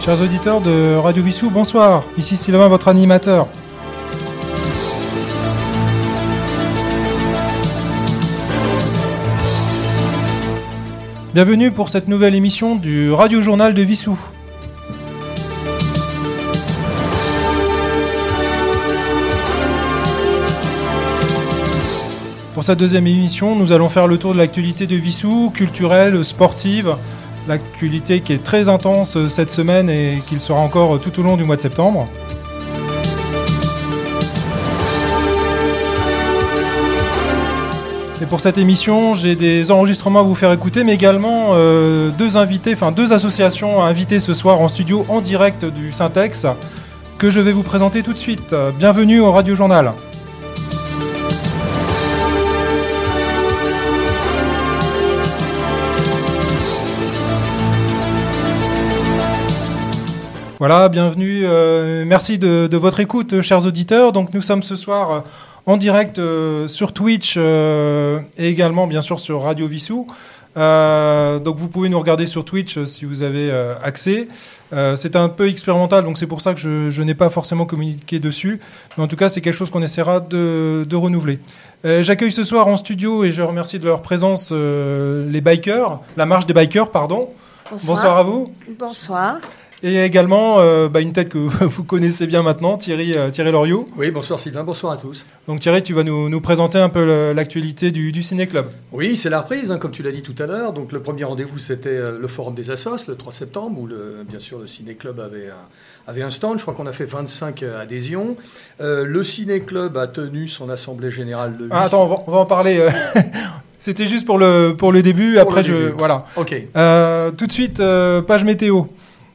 Chers auditeurs de Radio Vissou, bonsoir. Ici Sylvain, votre animateur. Bienvenue pour cette nouvelle émission du Radio Journal de Vissou. Pour cette deuxième émission, nous allons faire le tour de l'actualité de Vissou, culturelle, sportive. L'actualité qui est très intense cette semaine et qui le sera encore tout au long du mois de septembre. Et pour cette émission, j'ai des enregistrements à vous faire écouter, mais également deux associations invitées ce soir en studio en direct du Syntex que je vais vous présenter tout de suite. Bienvenue au Radio Journal. Voilà, bienvenue. Merci de votre écoute, chers auditeurs. Donc, nous sommes ce soir en direct sur Twitch et également, bien sûr, sur Radio Vissou. Donc, vous pouvez nous regarder sur Twitch si vous avez accès. C'est un peu expérimental, donc c'est pour ça que je n'ai pas forcément communiqué dessus. Mais en tout cas, c'est quelque chose qu'on essaiera de renouveler. J'accueille ce soir en studio et je remercie de leur présence les bikers, la marche des bikers, pardon. Bonsoir à vous. Bonsoir. Et également une tête que vous connaissez bien maintenant, Thierry Loriot. Oui, bonsoir Sylvain, bonsoir à tous. Donc Thierry, tu vas nous présenter un peu l'actualité du Ciné-Club. Oui, c'est la reprise, comme tu l'as dit tout à l'heure. Donc le premier rendez-vous, c'était le Forum des Assos, le 3 septembre, où bien sûr le Ciné-Club avait un stand. Je crois qu'on a fait 25 adhésions. Le Ciné-Club a tenu son assemblée générale le 8... Attends, on va en parler. C'était juste pour le début. Après, voilà. Ok. Tout de suite, page météo.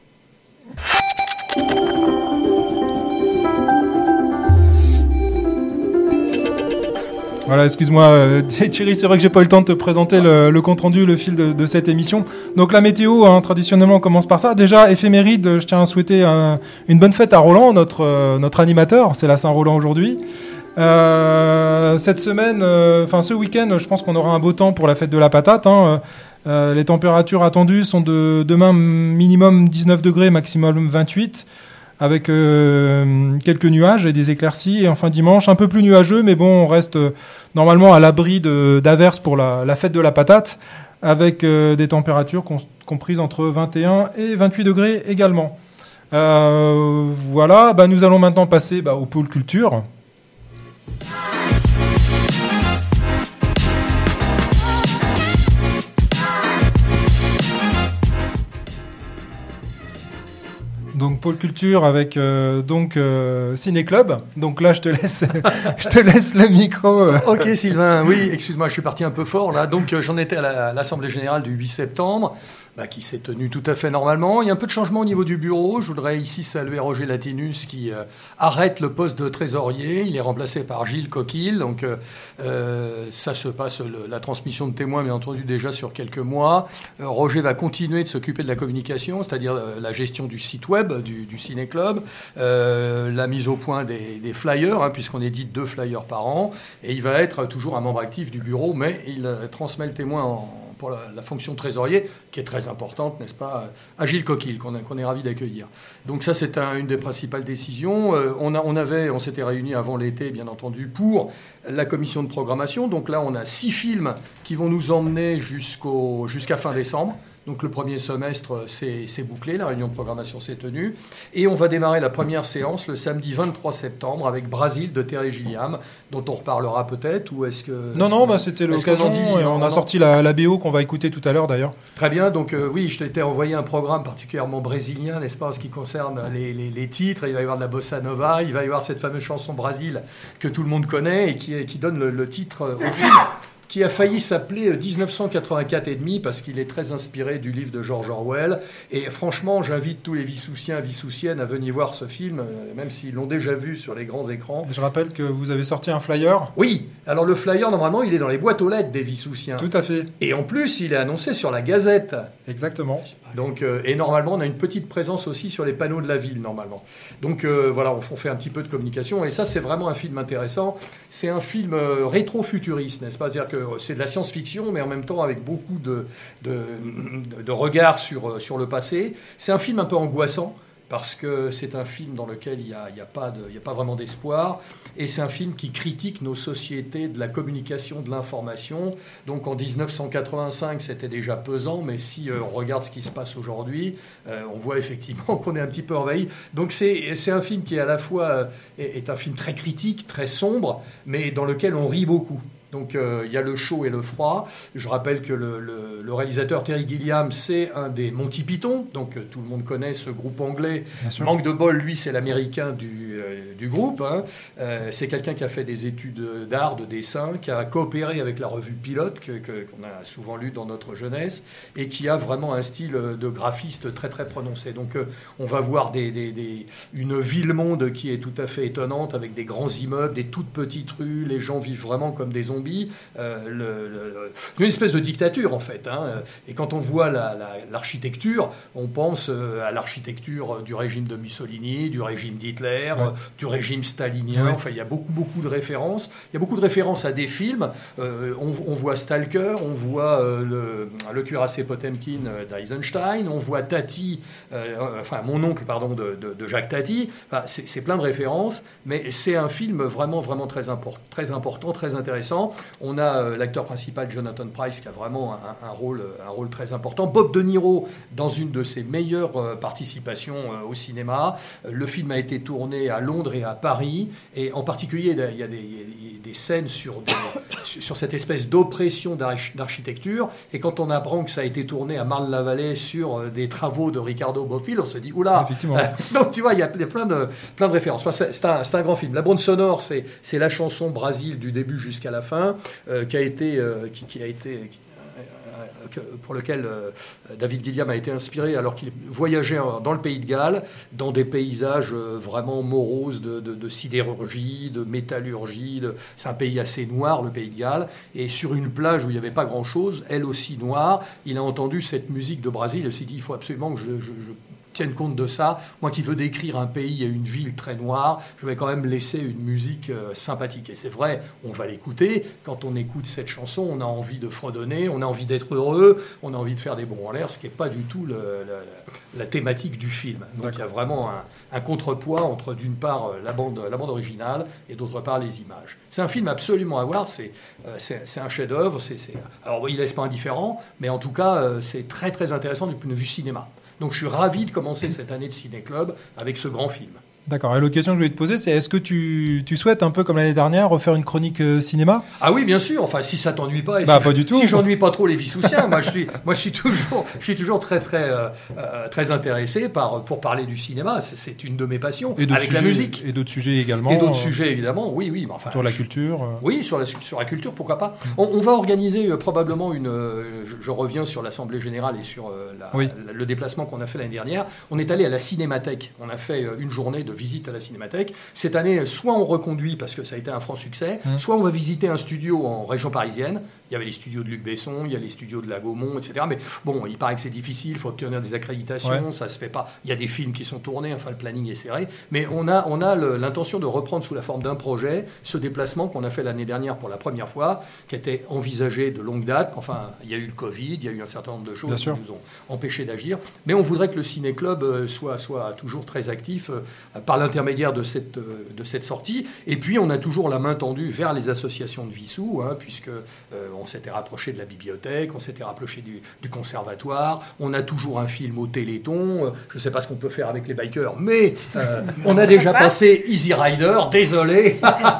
Voilà, excuse-moi Thierry, c'est vrai que j'ai pas eu le temps de te présenter le compte-rendu, le fil de cette émission. Donc la météo, traditionnellement, on commence par ça. Déjà, éphéméride, je tiens à souhaiter une bonne fête à Roland, notre animateur. C'est la Saint-Roland aujourd'hui. Cette semaine, ce week-end, je pense qu'on aura un beau temps pour la fête de la patate. Les températures attendues sont de demain minimum 19 degrés, maximum 28, avec quelques nuages et des éclaircies. Et enfin dimanche, un peu plus nuageux, mais bon, on reste normalement à l'abri d'averses pour la fête de la patate, avec des températures comprises entre 21 et 28 degrés également. Voilà, nous allons maintenant passer au pôle culture. Donc pôle culture avec Ciné-Club. Donc là, je te laisse le micro. Ok Sylvain, oui, excuse-moi, je suis parti un peu fort là. Donc j'en étais à l'Assemblée Générale du 8 septembre. Qui s'est tenue tout à fait normalement. Il y a un peu de changement au niveau du bureau. Je voudrais ici saluer Roger Latinus qui arrête le poste de trésorier. Il est remplacé par Gilles Coquille. Donc ça se passe, la transmission de témoins, bien entendu, déjà sur quelques mois. Roger va continuer de s'occuper de la communication, c'est-à-dire la gestion du site web du Ciné-Club, la mise au point des flyers, puisqu'on édite 2 flyers par an. Et il va être toujours un membre actif du bureau, mais il transmet le témoin pour la fonction de trésorier, qui est très importante, n'est-ce pas, à Gilles Coquille, qu'on est ravi d'accueillir. Donc ça, c'est une des principales décisions. On s'était réunis avant l'été, bien entendu, pour la commission de programmation. Donc là, on a 6 films qui vont nous emmener jusqu'à fin décembre. Donc le premier semestre, c'est bouclé, la réunion de programmation s'est tenue. Et on va démarrer la première séance le samedi 23 septembre avec Brasil de Terry Gilliam, dont on reparlera peut-être. Ou est-ce que... Non, c'était l'occasion. On a sorti la BO qu'on va écouter tout à l'heure d'ailleurs. Très bien, donc oui, je t'ai envoyé un programme particulièrement brésilien, n'est-ce pas, en ce qui concerne les titres. Il va y avoir de la bossa nova, il va y avoir cette fameuse chanson Brasil que tout le monde connaît et qui donne le titre au film, qui a failli s'appeler 1984 et demi parce qu'il est très inspiré du livre de George Orwell. Et franchement, j'invite tous les Vissoussiens, Vissoussiennes à venir voir ce film, même s'ils l'ont déjà vu sur les grands écrans. Je rappelle que vous avez sorti un flyer. Oui, alors le flyer, normalement, il est dans les boîtes aux lettres des Vissoussiens. Tout à fait. Et en plus, il est annoncé sur la Gazette. Exactement. Donc, et normalement, on a une petite présence aussi sur les panneaux de la ville, normalement. Donc voilà, on fait un petit peu de communication. Et ça, c'est vraiment un film intéressant. C'est un film rétro-futuriste, n'est-ce pas ? C'est-à-dire que c'est de la science-fiction, mais en même temps avec beaucoup de regard sur le passé. C'est un film un peu angoissant, parce que c'est un film dans lequel il n'y a pas vraiment d'espoir, et c'est un film qui critique nos sociétés de la communication, de l'information. Donc en 1985, c'était déjà pesant, mais si on regarde ce qui se passe aujourd'hui, on voit effectivement qu'on est un petit peu envahi. Donc c'est un film qui à la fois est un film très critique, très sombre, mais dans lequel on rit beaucoup. Donc il y a le chaud et le froid. Je rappelle que le réalisateur Terry Gilliam, c'est un des Monty Python, donc tout le monde connaît ce groupe anglais. Manque de bol, lui, c'est l'américain du groupe. Hein. C'est quelqu'un qui a fait des études d'art, de dessin, qui a coopéré avec la revue Pilote, qu'on a souvent lu dans notre jeunesse, et qui a vraiment un style de graphiste très très prononcé. Donc on va voir une ville-monde qui est tout à fait étonnante, avec des grands immeubles, des toutes petites rues, les gens vivent vraiment comme des zombies. Une espèce de dictature en fait. Hein. Et quand on voit l'architecture, on pense à l'architecture du régime de Mussolini, du régime d'Hitler, du régime stalinien. Ouais. Enfin, il y a beaucoup de références. Il y a beaucoup de références à des films. On voit Stalker, on voit le cuirassé Potemkin d'Eisenstein, on voit Tati, mon oncle, pardon, de Jacques Tati. Enfin, c'est plein de références, mais c'est un film vraiment très important, très intéressant. On a l'acteur principal Jonathan Pryce qui a vraiment un rôle très important. Bob De Niro dans une de ses meilleures participations au cinéma. Le film a été tourné à Londres et à Paris. Et en particulier, il y a des scènes sur cette espèce d'oppression d'architecture. Et quand on apprend que ça a été tourné à Marne-la-Vallée sur des travaux de Ricardo Bofill, on se dit oula. Donc tu vois, il y a plein de références. Enfin, c'est un grand film. La bande sonore, c'est la chanson Brésil du début jusqu'à la fin. Pour lequel David Gilliam a été inspiré alors qu'il voyageait dans le pays de Galles, dans des paysages vraiment moroses de sidérurgie, de métallurgie. C'est un pays assez noir, le pays de Galles. Et sur une plage où il n'y avait pas grand-chose, elle aussi noire, il a entendu cette musique de Brésil. Il s'est dit, il faut absolument que je tienne compte de ça. Moi qui veux décrire un pays et une ville très noire, je vais quand même laisser une musique sympathique. Et c'est vrai, on va l'écouter. Quand on écoute cette chanson, on a envie de fredonner, on a envie d'être heureux, on a envie de faire des bonds en l'air, ce qui n'est pas du tout la thématique du film. Donc il y a vraiment un contrepoids entre d'une part la bande originale et d'autre part les images. C'est un film absolument à voir, c'est un chef-d'œuvre. Alors il ne laisse pas indifférent, mais en tout cas c'est très très intéressant du point de vue cinéma. Donc je suis ravi de commencer cette année de Ciné-Club avec ce grand film. D'accord. Et l'autre question que je voulais te poser, c'est est-ce que tu souhaites, un peu comme l'année dernière, refaire une chronique cinéma ? Ah oui, bien sûr. Enfin, si ça t'ennuie pas. Pas du tout. Si j'ennuie pas trop les Vissoussiens, moi je suis toujours très intéressé pour parler du cinéma. C'est une de mes passions. Avec la musique. Et d'autres sujets également. Et d'autres sujets évidemment. Oui. Mais enfin, sur la culture. Oui, sur la culture, pourquoi pas. On va organiser probablement je reviens sur l'Assemblée Générale et sur le déplacement qu'on a fait l'année dernière. On est allé à la Cinémathèque. On a fait une journée de visite à la Cinémathèque. Cette année, soit on reconduit parce que ça a été un franc succès, soit on va visiter un studio en région parisienne. Il y avait les studios de Luc Besson, il y a les studios de la Gaumont, etc. Mais bon, il paraît que c'est difficile, il faut obtenir des accréditations, ça se fait pas. Il y a des films qui sont tournés, enfin le planning est serré. Mais on a l'intention de reprendre sous la forme d'un projet ce déplacement qu'on a fait l'année dernière pour la première fois, qui était envisagé de longue date. Enfin, il y a eu le Covid, il y a eu un certain nombre de choses qui nous ont empêchés d'agir. Mais on voudrait que le Ciné-Club soit toujours très actif par l'intermédiaire de cette sortie. Et puis, on a toujours la main tendue vers les associations de Vissou, puisque on s'était rapproché de la bibliothèque, on s'était rapproché du conservatoire, on a toujours un film au Téléthon, je ne sais pas ce qu'on peut faire avec les bikers, mais on a déjà passé Easy Rider, désolé.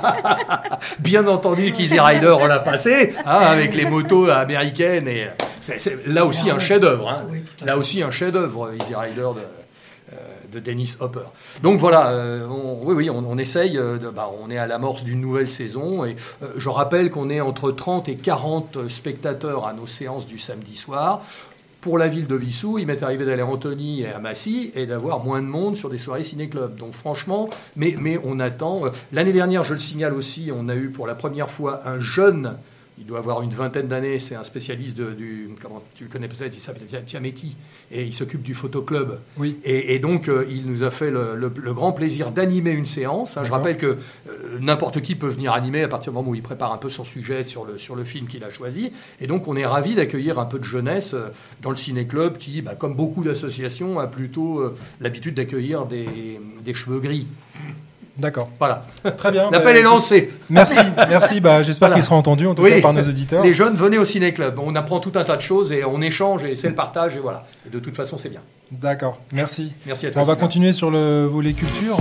Bien entendu qu'Easy Rider, on l'a passé, avec les motos américaines, et c'est là aussi un chef-d'œuvre. Là aussi un chef-d'œuvre, Easy Rider de Dennis Hopper. Donc voilà, on essaye, on est à l'amorce d'une nouvelle saison, et je rappelle qu'on est entre 30 et 40 spectateurs à nos séances du samedi soir. Pour la ville de Vissou, il m'est arrivé d'aller à Antony et à Massy et d'avoir moins de monde sur des soirées ciné-club. Donc franchement, mais on attend. L'année dernière, je le signale aussi, on a eu pour la première fois un jeune il doit avoir une vingtaine d'années, c'est un spécialiste comment tu le connais peut-être, il s'appelle Tiametti, et il s'occupe du photoclub. Oui. Et donc, il nous a fait le grand plaisir d'animer une séance. Je rappelle que n'importe qui peut venir animer à partir du moment où il prépare un peu son sujet sur le film qu'il a choisi. Et donc, on est ravis d'accueillir un peu de jeunesse dans le ciné-club qui, comme beaucoup d'associations, a plutôt l'habitude d'accueillir des cheveux gris. D'accord. Voilà. Très bien. L'appel est lancé. Merci. J'espère qu'il sera entendu, en tout cas par nos auditeurs. Les jeunes, venez au ciné-club. On apprend tout un tas de choses et on échange et c'est le partage et voilà. Et de toute façon, c'est bien. D'accord. Merci. Merci à toi. On va continuer sur le volet culture.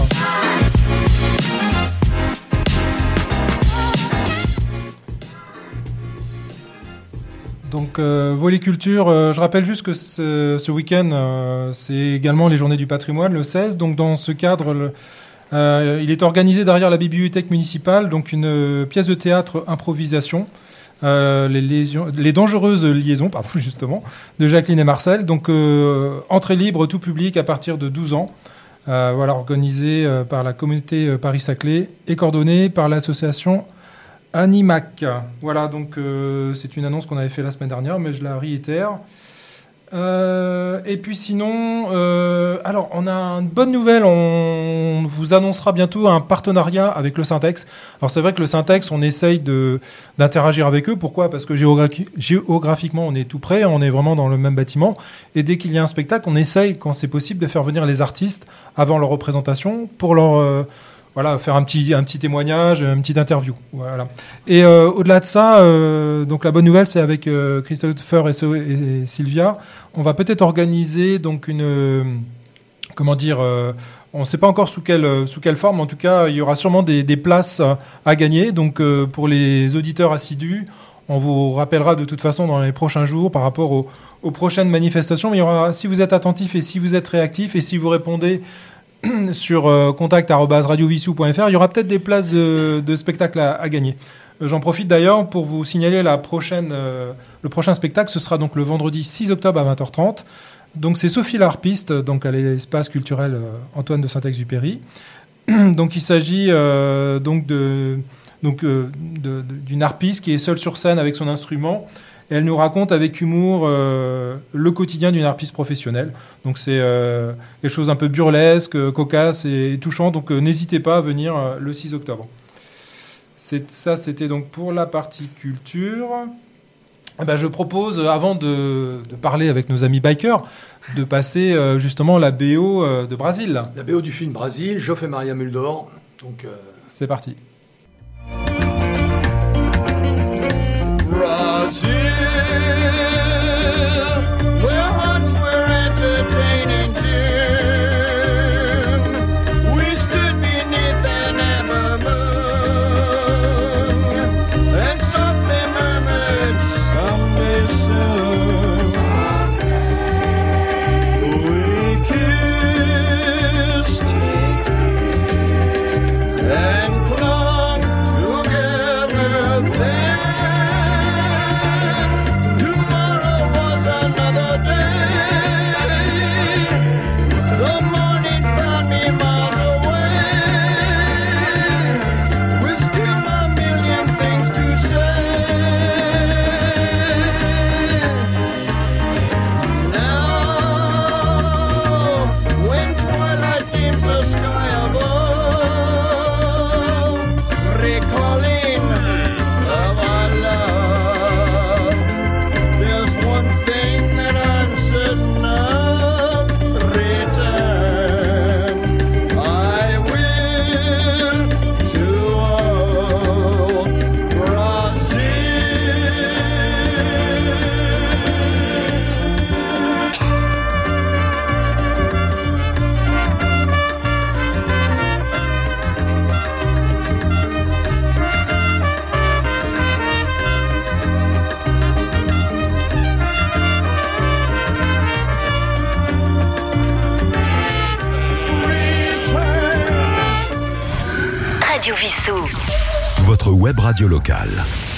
Donc, volet culture, je rappelle juste que ce week-end, c'est également les Journées du patrimoine, le 16. Donc, dans ce cadre, il est organisé derrière la bibliothèque municipale, donc une pièce de théâtre improvisation, les dangereuses liaisons, justement, de Jacqueline et Marcel. Donc, entrée libre, tout public à partir de 12 ans. Organisé par la communauté Paris-Saclay et coordonné par l'association Animac. Voilà, donc c'est une annonce qu'on avait fait la semaine dernière, mais je la réitère. Et puis sinon, alors on a une bonne nouvelle, on vous annoncera bientôt un partenariat avec le Syntex. Alors c'est vrai que le Syntex, on essaye d'interagir avec eux. Pourquoi ? Parce que géographiquement, on est tout près, on est vraiment dans le même bâtiment. Et dès qu'il y a un spectacle, on essaye, quand c'est possible, de faire venir les artistes avant leur représentation pour leur... faire un petit témoignage, une petite interview. Voilà. Et au-delà de ça, donc la bonne nouvelle, c'est avec Christopher et Sylvia, on va peut-être organiser donc on ne sait pas encore sous quelle forme. En tout cas, il y aura sûrement des places à gagner. Donc pour les auditeurs assidus, on vous rappellera de toute façon dans les prochains jours par rapport aux prochaines manifestations. Mais il y aura, si vous êtes attentif et si vous êtes réactif et si vous répondez sur contact@radiovissou.fr, il y aura peut-être des places de spectacle à gagner. J'en profite d'ailleurs pour vous signaler le prochain spectacle. Ce sera donc le vendredi 6 octobre à 20h30. Donc c'est Sophie l'harpiste, donc à l'espace culturel Antoine de Saint-Exupéry. Donc il s'agit d'une harpiste qui est seule sur scène avec son instrument. Et elle nous raconte avec humour le quotidien d'une harpiste professionnelle. Donc c'est quelque chose d'un peu burlesque, cocasse et touchant. Donc n'hésitez pas à venir le 6 octobre. C'était donc pour la partie culture. Je propose, avant de parler avec nos amis bikers, de passer justement la BO de Brasil. La BO du film Brasil, Joff et Maria Muldaur. Donc, c'est parti. Brazil, where hearts were entertaining June. We stood beneath an amber moon and softly murmured, "Someday soon." We kissed and clung together there. Votre web radio locale.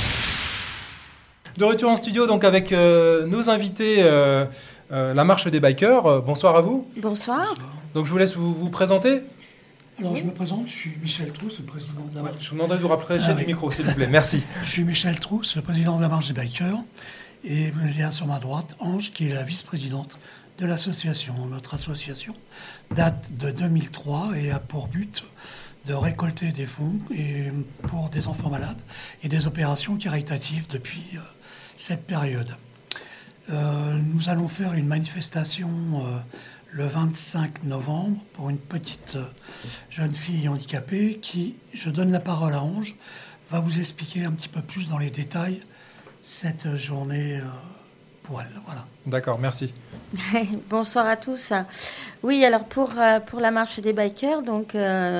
De retour en studio donc avec nos invités, la marche des bikers. Bonsoir à vous. Bonsoir. Donc je vous laisse vous présenter. Alors, je me présente, je suis Michel Trousse, le président de la marche. Je vous demanderai de vous rapprocher du micro, s'il vous plaît. Merci. Je suis Michel Trousse, le président de la marche des bikers. Et il y a sur ma droite Ange, qui est la vice-présidente de l'association. Notre association date de 2003 et a pour but de récolter des fonds pour des enfants malades et des opérations caritatives depuis cette période. Nous allons faire une manifestation le 25 novembre pour une petite jeune fille handicapée qui, je donne la parole à Ange, va vous expliquer un petit peu plus dans les détails cette journée pour elle. Voilà. D'accord, merci. Bonsoir à tous. Oui, alors pour la marche des bikers, donc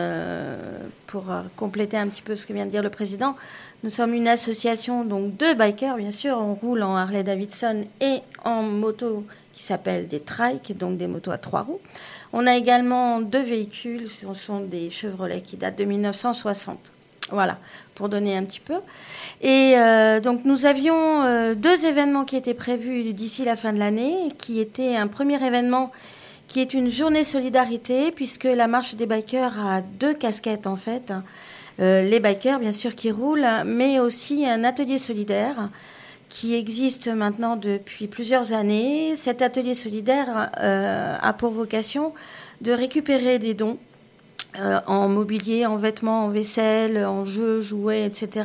pour compléter un petit peu ce que vient de dire le président, nous sommes une association donc de bikers, bien sûr. On roule en Harley-Davidson et en moto qui s'appelle des trikes, donc des motos à 3 roues. On a également 2 véhicules, ce sont des Chevrolet qui datent de 1960. Voilà, pour donner un petit peu. Et donc nous avions 2 événements qui étaient prévus d'ici la fin de l'année, qui était un premier événement qui est une journée solidarité, puisque la marche des bikers a 2 casquettes en fait. Les bikers, bien sûr, qui roulent, mais aussi un atelier solidaire qui existe maintenant depuis plusieurs années. Cet atelier solidaire a pour vocation de récupérer des dons en mobilier, en vêtements, en vaisselle, en jeux, jouets, etc.,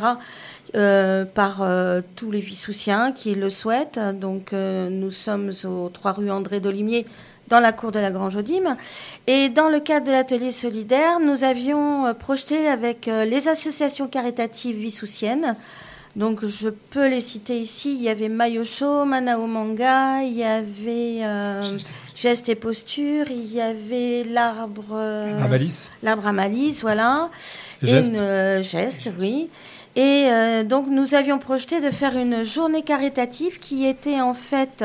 par tous les Vissoussiens qui le souhaitent. Donc nous sommes aux 3 rue André Dolimier, dans la cour de la Grange-Audim. Et dans le cadre de l'atelier solidaire, nous avions projeté avec les associations caritatives vissoussiennes. Donc je peux les citer ici. Il y avait Maillot Chaud, Manao Manga, il y avait Geste et Posture, il y avait l'arbre à malice, voilà. Geste. Geste, oui. Et donc nous avions projeté de faire une journée caritative qui était en fait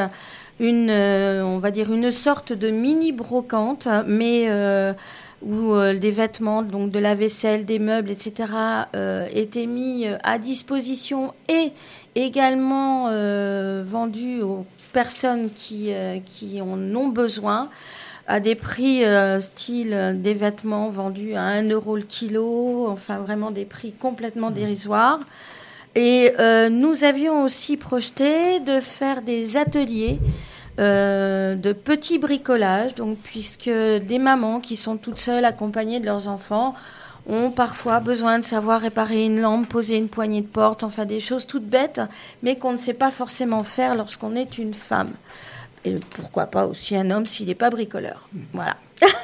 on va dire une sorte de mini brocante, mais où des vêtements, donc de la vaisselle, des meubles, etc., étaient mis à disposition et également vendus aux personnes qui en ont besoin, à des prix style des vêtements vendus à 1 € le kilo, enfin vraiment des prix complètement dérisoires. Et nous avions aussi projeté de faire des ateliers de petits bricolages, donc puisque des mamans qui sont toutes seules accompagnées de leurs enfants ont parfois besoin de savoir réparer une lampe, poser une poignée de porte, enfin des choses toutes bêtes, mais qu'on ne sait pas forcément faire lorsqu'on est une femme. Et pourquoi pas aussi un homme s'il n'est pas bricoleur. Voilà.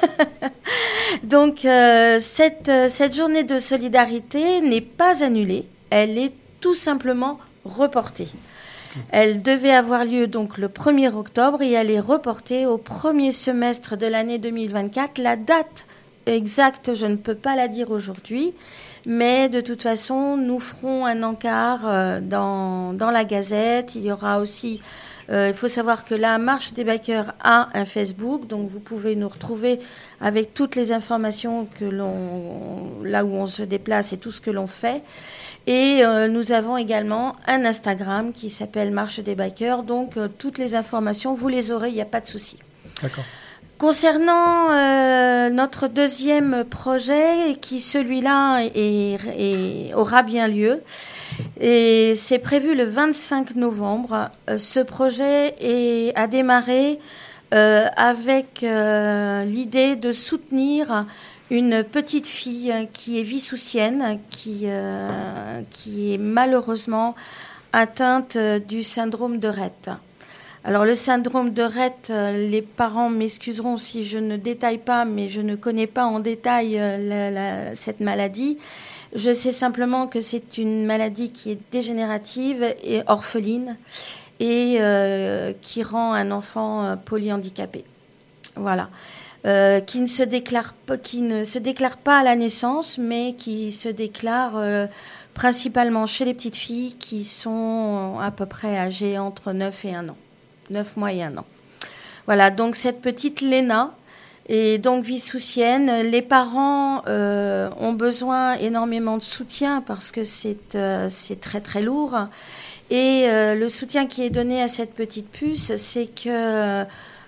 Donc cette journée de solidarité n'est pas annulée, elle est tout simplement reportée. Elle devait avoir lieu donc le 1er octobre et elle est reportée au premier semestre de l'année 2024. La date exacte, je ne peux pas la dire aujourd'hui, mais de toute façon, nous ferons un encart dans la Gazette. Il y aura aussi, il faut savoir que la Marche des Bikers a un Facebook, donc vous pouvez nous retrouver avec toutes les informations là où on se déplace et tout ce que l'on fait. Et nous avons également un Instagram qui s'appelle Marche des Bikers. Donc, toutes les informations, vous les aurez, il n'y a pas de souci. D'accord. Concernant notre deuxième projet, qui celui-là aura bien lieu, et c'est prévu le 25 novembre, ce projet a démarré avec l'idée de soutenir une petite fille qui est vissoussienne, qui est malheureusement atteinte du syndrome de Rett. Alors le syndrome de Rett, les parents m'excuseront si je ne détaille pas, mais je ne connais pas en détail cette maladie. Je sais simplement que c'est une maladie qui est dégénérative et orpheline et qui rend un enfant polyhandicapé. Voilà. Qui ne se déclare pas à la naissance, mais qui se déclare principalement chez les petites filles qui sont à peu près âgées entre 9 et 1 an. 9 mois et 1 an. Voilà, donc cette petite Léna est donc vissoussienne. Les parents ont besoin énormément de soutien parce que c'est très très lourd. Et le soutien qui est donné à cette petite puce, c'est que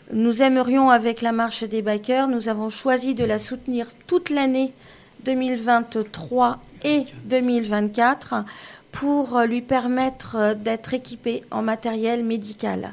nous aimerions, avec la marche des bikers, nous avons choisi de la soutenir toute l'année 2023 et 2024 pour lui permettre d'être équipée en matériel médical.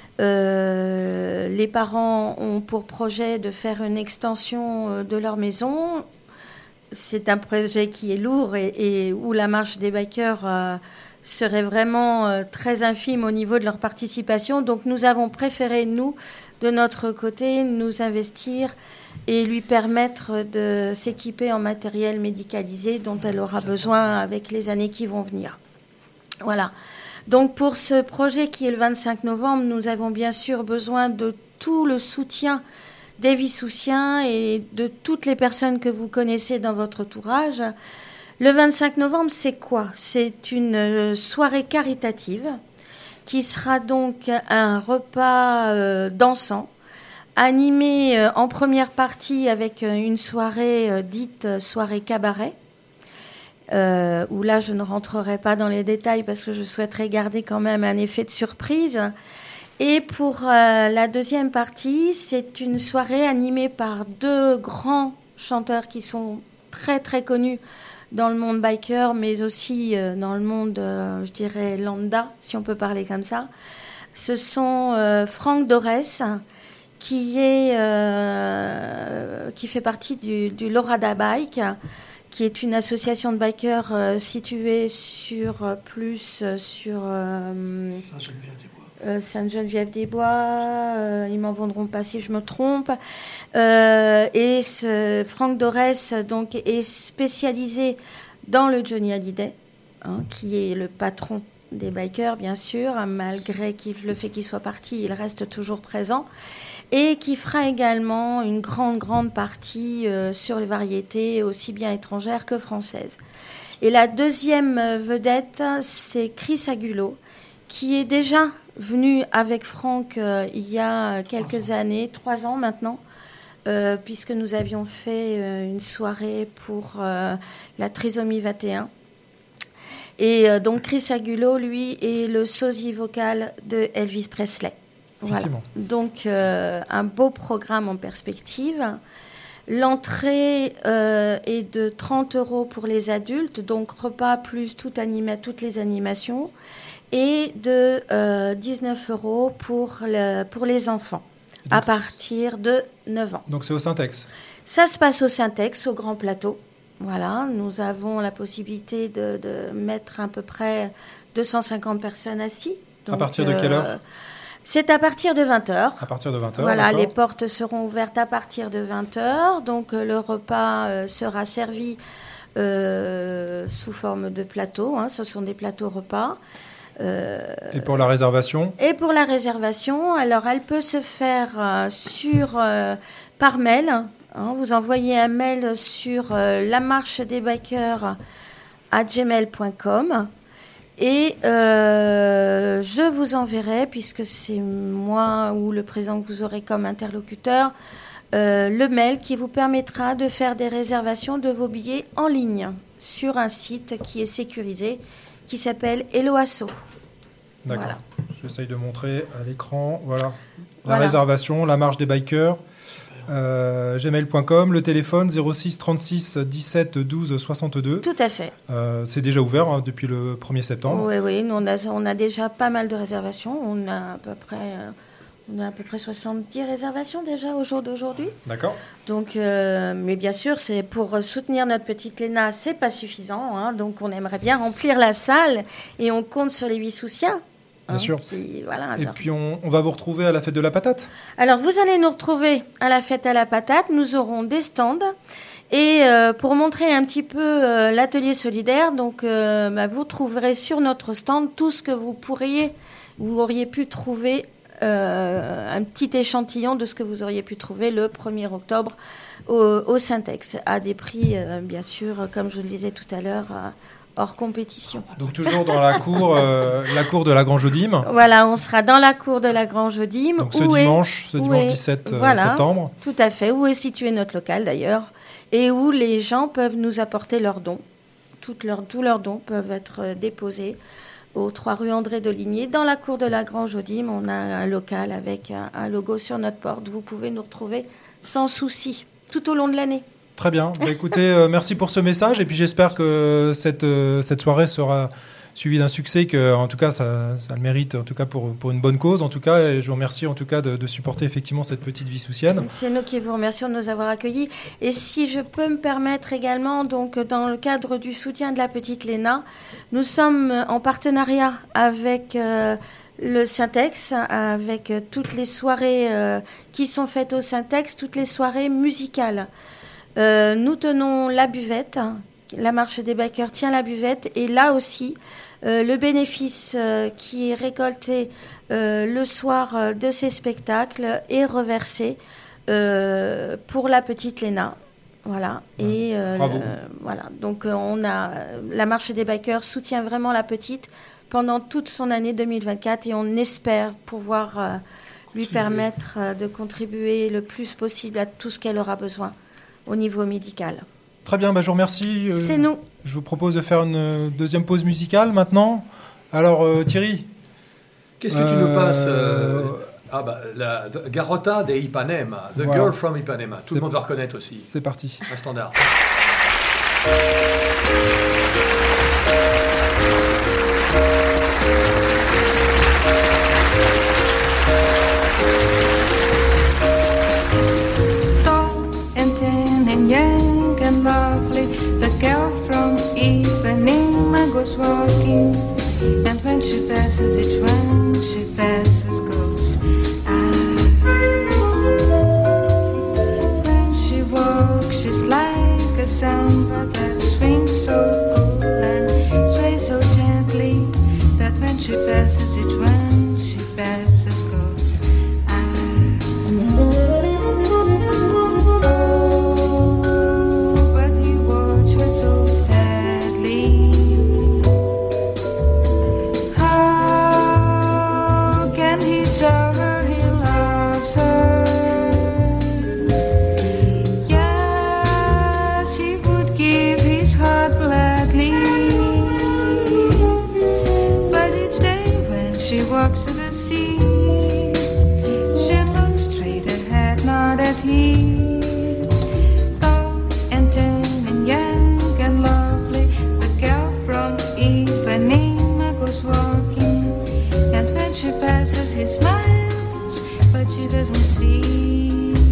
Les parents ont pour projet de faire une extension de leur maison. C'est un projet qui est lourd et où la marche des bikers serait vraiment très infime au niveau de leur participation. Donc nous avons préféré, nous, de notre côté, nous investir et lui permettre de s'équiper en matériel médicalisé dont elle aura besoin avec les années qui vont venir. Voilà. Donc pour ce projet qui est le 25 novembre, nous avons bien sûr besoin de tout le soutien des Vissoussiens et de toutes les personnes que vous connaissez dans votre entourage. Le 25 novembre, c'est quoi ? C'est une soirée caritative qui sera donc un repas dansant, animé en première partie avec une soirée dite soirée cabaret, où là je ne rentrerai pas dans les détails parce que je souhaiterais garder quand même un effet de surprise. Et pour la deuxième partie, c'est une soirée animée par 2 grands chanteurs qui sont très très connus dans le monde biker, mais aussi dans le monde, je dirais, lambda, si on peut parler comme ça. Ce sont Franck Dorès, qui fait partie du Lorada Bike, qui est une association de bikers située sur Sainte-Geneviève-des-Bois, ils m'en vendront pas si je me trompe. Et ce Franck Dorès donc est spécialisé dans le Johnny Hallyday, qui est le patron des bikers, bien sûr, malgré le fait qu'il soit parti, il reste toujours présent, et qui fera également une grande partie sur les variétés, aussi bien étrangères que françaises. Et la deuxième vedette, c'est Chris Agulot, qui est déjà venu avec Franck il y a quelques années, 3 ans maintenant, puisque nous avions fait une soirée pour la trisomie 21. Et donc Chris Agulot, lui, est le sosie vocal de Elvis Presley. Voilà. Donc un beau programme en perspective. L'entrée est de 30 € pour les adultes, donc repas plus toutes les animations, et de 19 € pour les enfants, donc, à partir de 9 ans. Donc c'est au Syntex ? Ça se passe au Syntex, au Grand Plateau. Voilà, nous avons la possibilité de mettre à peu près 250 personnes assises. À partir de quelle heure ? C'est à partir de 20h. À partir de 20h, voilà, d'accord. Les portes seront ouvertes à partir de 20h. Donc le repas sera servi sous forme de plateau. Ce sont des plateaux repas. Et pour la réservation ? Et pour la réservation, alors elle peut se faire par mail. Vous envoyez un mail sur lamarchedesbikers@gmail.com et je vous enverrai, puisque c'est moi ou le président que vous aurez comme interlocuteur, le mail qui vous permettra de faire des réservations de vos billets en ligne sur un site qui est sécurisé, qui s'appelle Helloasso. D'accord. Voilà. J'essaye de montrer à l'écran. Voilà. La réservation, la marche des bikers. gmail.com, le téléphone 06 36 17 12 62. Tout à fait. C'est déjà ouvert depuis le 1er septembre. Oui, nous, on a déjà pas mal de réservations. On a à peu près 70 réservations déjà au jour d'aujourd'hui. D'accord. Donc, mais bien sûr, c'est pour soutenir notre petite Léna, c'est pas suffisant. Donc, on aimerait bien remplir la salle et on compte sur les Vissoussiens. Bien sûr. Voilà, et puis, on va vous retrouver à la fête de la patate. Alors, vous allez nous retrouver à la fête à la patate. Nous aurons des stands. Et pour montrer un petit peu l'atelier solidaire, donc, vous trouverez sur notre stand tout ce que vous auriez pu trouver, un petit échantillon de ce que vous auriez pu trouver le 1er octobre au Syntex, à des prix, bien sûr, comme je le disais tout à l'heure, hors compétition. Donc toujours dans la cour de la Grange-aux-Dîmes. Voilà, on sera dans la cour de la Grange-aux-Dîmes. Donc ce dimanche 17 septembre. Tout à fait, où est situé notre local d'ailleurs, et où les gens peuvent nous apporter leurs dons. Tous leurs dons peuvent être déposés aux 3 rue André de Ligné. Dans la cour de la Grange Audim, on a un local avec un logo sur notre porte. Vous pouvez nous retrouver sans souci tout au long de l'année. Très bien. Écoutez, merci pour ce message. Et puis j'espère que cette soirée sera suivie d'un succès, que en tout cas ça le mérite, en tout cas pour une bonne cause. En tout cas, et je vous remercie en tout cas de supporter effectivement cette petite vie soucienne. C'est nous qui vous remercions de nous avoir accueillis. Et si je peux me permettre également, donc dans le cadre du soutien de la petite Léna, nous sommes en partenariat avec le Syntex, avec toutes les soirées qui sont faites au Syntex, toutes les soirées musicales. Nous tenons la buvette. La marche des bikers tient la buvette, et là aussi, le bénéfice qui est récolté le soir de ces spectacles est reversé pour la petite Léna. Voilà. Et bravo. Voilà. Donc la marche des bikers soutient vraiment la petite pendant toute son année 2024, et on espère pouvoir lui permettre de contribuer le plus possible à tout ce qu'elle aura besoin au niveau médical. Très bien, je vous remercie. C'est nous. Je vous propose de faire une deuxième pause musicale maintenant. Alors Thierry, qu'est-ce que tu nous passes la Garota de Ipanema, The Voilà. Girl from Ipanema. Tout le monde va reconnaître aussi. C'est parti. Un standard. Young and lovely, the girl from Ipanema goes walking, and when she passes each one, she passes goes. When she walks, she's like a samba that swings so cool and sways so gently, that when she passes each one, she passes goes. Walks to the sea, she looks straight ahead, not at him. Tall and tan and young and lovely, the girl from Ipanema goes walking, and when she passes he smiles, but she doesn't see.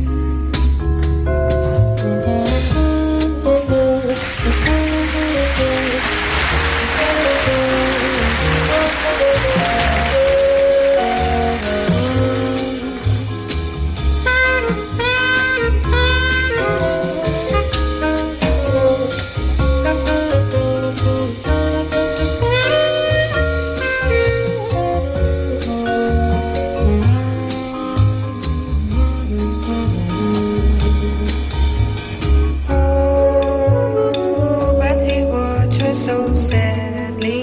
So sadly,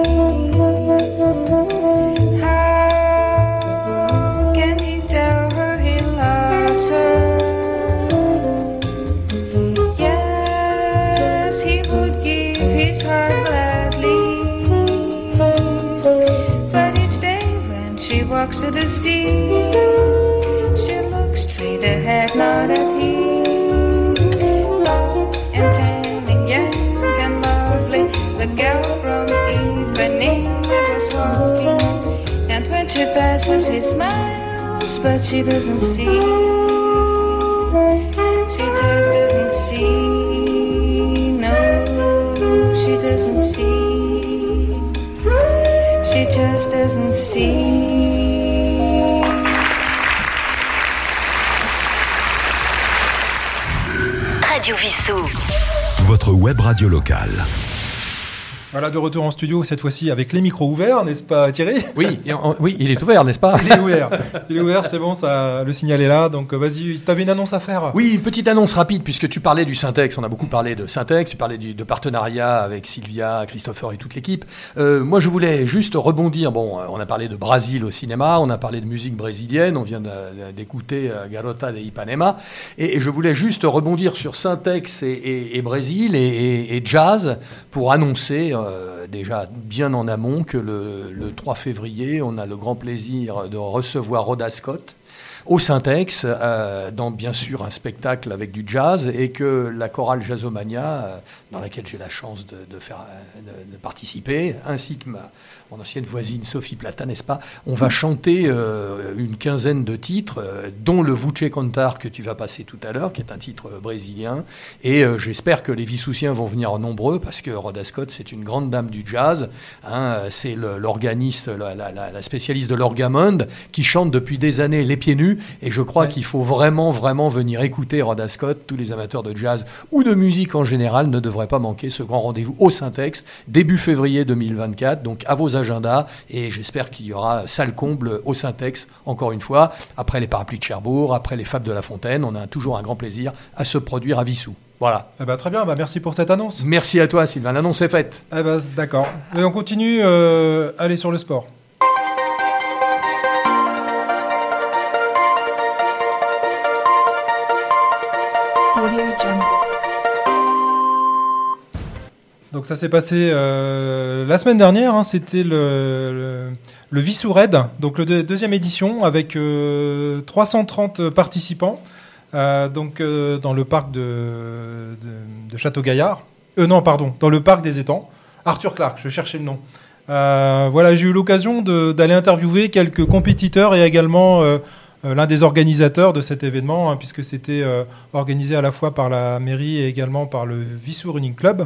how can he tell her he loves her? Yes, he would give his heart gladly, but each day when she walks to the sea, she looks straight ahead, not at him. Long and tan and young, the girl from Ipanema goes walking, and when she passes he smiles, but she doesn't see. She just doesn't see. No, she doesn't see. She just doesn't see. Radio Vissou. Votre web radio locale. Voilà, de retour en studio, cette fois-ci avec les micros ouverts, n'est-ce pas Thierry ? Oui, oui, il est ouvert, n'est-ce pas ? Il est ouvert, c'est bon, ça, le signal est là, donc vas-y, tu avais une annonce à faire ? Oui, une petite annonce rapide, puisque tu parlais du Syntex, on a beaucoup parlé de Syntex, tu parlais de partenariat avec Sylvia, Christopher et toute l'équipe. Moi, je voulais juste rebondir, on a parlé de Brésil au cinéma, on a parlé de musique brésilienne, on vient d'écouter Garota de Ipanema, et je voulais juste rebondir sur Syntex et Brésil et jazz pour annoncer dire déjà bien en amont que le 3 février, on a le grand plaisir de recevoir Rhoda Scott au Syntex, dans bien sûr un spectacle avec du jazz, et que la chorale Jazzomania, dans laquelle j'ai la chance de participer, ainsi que mon ancienne voisine Sophie Plata, n'est-ce pas, on va chanter une quinzaine de titres, dont le Vuce Cantar que tu vas passer tout à l'heure, qui est un titre brésilien, et j'espère que les Vissoussiens vont venir en nombreux, parce que Rhoda Scott, c'est une grande dame du jazz, hein, c'est l'organiste, la spécialiste de l'orgamonde, qui chante depuis des années les pieds nus, et je crois qu'il faut vraiment venir écouter Rhoda Scott. Tous les amateurs de jazz ou de musique en général ne devraient pas manquer ce grand rendez-vous au Syntex, début février 2024, donc à vos agendas, et j'espère qu'il y aura salle comble au Syntex, encore une fois, après les Parapluies de Cherbourg, après les Fables de La Fontaine, on a toujours un grand plaisir à se produire à Vissou. Voilà. Eh ben, très bien, merci pour cette annonce. Merci à toi Sylvain, l'annonce est faite. Eh ben, d'accord. Et on continue, aller sur le sport. Donc ça s'est passé la semaine dernière, hein, c'était le Vissou Raid, donc le deuxième édition avec 330 participants, dans le parc de Château-Gaillard. Dans le parc des Étangs. Arthur Clark, je cherchais le nom. Voilà, j'ai eu l'occasion d'aller interviewer quelques compétiteurs et également l'un des organisateurs de cet événement, hein, puisque c'était organisé à la fois par la mairie et également par le Vissou Running Club.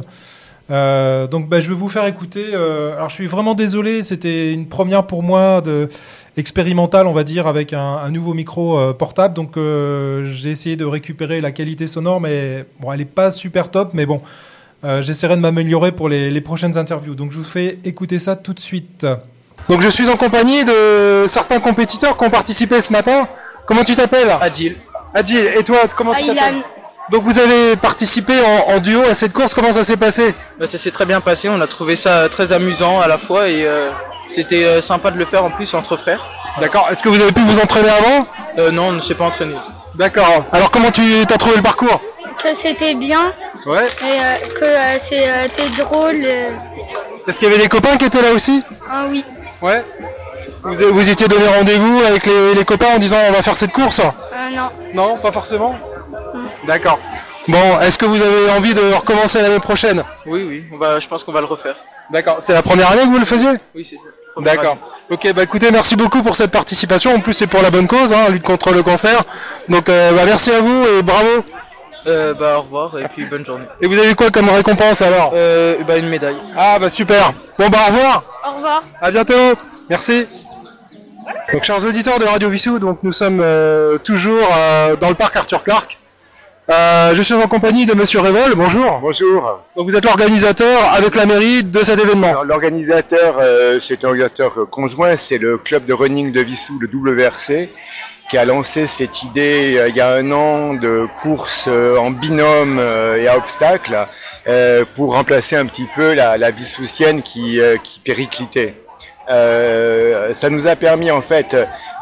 Donc je vais vous faire écouter. Alors je suis vraiment désolé, c'était une première pour moi expérimentale, on va dire, avec un nouveau micro portable. Donc j'ai essayé de récupérer la qualité sonore, mais bon, elle n'est pas super top, mais bon, j'essaierai de m'améliorer pour les prochaines interviews. Donc je vous fais écouter ça tout de suite. Donc je suis en compagnie de certains compétiteurs qui ont participé ce matin. Comment tu t'appelles ? Adil. Adil, et toi, comment tu t'appelles ? Aylan. Donc vous avez participé en duo à cette course, comment ça s'est passé ? Ça s'est très bien passé, on a trouvé ça très amusant à la fois et c'était sympa de le faire en plus entre frères. D'accord, est-ce que vous avez pu vous entraîner avant ? Non, on ne s'est pas entraîné. D'accord, alors comment tu as trouvé le parcours ? Que c'était bien, ouais. Et que c'était drôle. Est-ce qu'il y avait des copains qui étaient là aussi ? Ah oui. Ouais. Vous étiez donné rendez-vous avec les copains en disant on va faire cette course ? Non. Non, pas forcément ? D'accord. Bon, est-ce que vous avez envie de recommencer l'année prochaine ? Oui, je pense qu'on va le refaire. D'accord. C'est la première année que vous le faisiez ? Oui, c'est ça. D'accord. Ok, écoutez, merci beaucoup pour cette participation. En plus, c'est pour la bonne cause, hein, lutte contre le cancer. Donc, merci à vous et bravo. Au revoir et puis bonne journée. Et vous avez quoi comme récompense alors ? Une médaille. Ah super. Bon au revoir. Au revoir. À bientôt. Merci. Donc chers auditeurs de Radio Vissou, donc nous sommes toujours dans le parc Arthur Clark. Je suis en compagnie de Monsieur Révol, bonjour. Bonjour. Donc vous êtes l'organisateur avec la mairie de cet événement. Alors, l'organisateur, c'est un organisateur conjoint, c'est le club de running de Vissou, le WRC, qui a lancé cette idée il y a un an de course en binôme et à obstacles pour remplacer un petit peu la Vissoussienne qui périclitait. Ça nous a permis en fait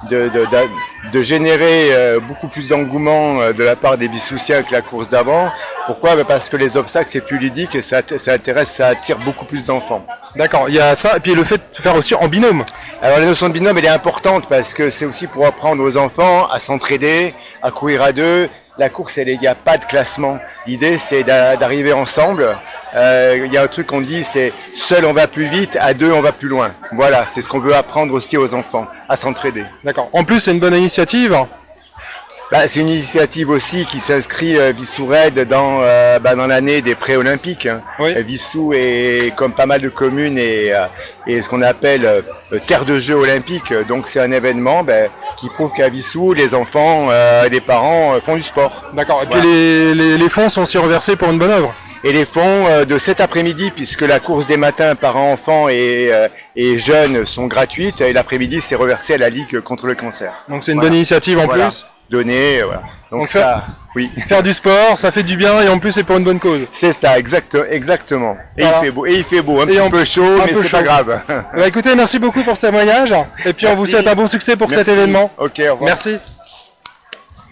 de générer beaucoup plus d'engouement de la part des Vissoussiens que la course d'avant. Pourquoi ? Parce que les obstacles c'est plus ludique et ça attire beaucoup plus d'enfants. D'accord, il y a ça, et puis le fait de faire aussi en binôme. Alors la notion de binôme elle est importante parce que c'est aussi pour apprendre aux enfants à s'entraider, à courir à deux. La course, il n'y a pas de classement. L'idée, c'est d'arriver ensemble. Il y a un truc qu'on dit, c'est seul on va plus vite, à deux on va plus loin. Voilà, c'est ce qu'on veut apprendre aussi aux enfants, à s'entraider. D'accord. En plus, c'est une bonne initiative. C'est une initiative aussi qui s'inscrit Vissou Raid dans l'année des pré-olympiques. Oui. Vissou est comme pas mal de communes et ce qu'on appelle terre de jeux olympiques. Donc c'est un événement qui prouve qu'à Vissou, les enfants, les parents font du sport. D'accord. Et puis les fonds sont aussi reversés pour une bonne œuvre. Et les fonds de cet après-midi, puisque la course des matins parents-enfants et jeunes sont gratuites, et l'après-midi c'est reversé à la Ligue contre le cancer. Donc c'est une bonne initiative en plus. Donner, voilà. Donc ça, oui. Faire du sport, ça fait du bien et en plus c'est pour une bonne cause. C'est ça, exactement. Et voilà. Il fait beau, un petit peu chaud, mais c'est pas grave. Écoutez, merci beaucoup pour ce témoignage et puis on vous souhaite un bon succès pour cet événement. Ok, au revoir. Merci.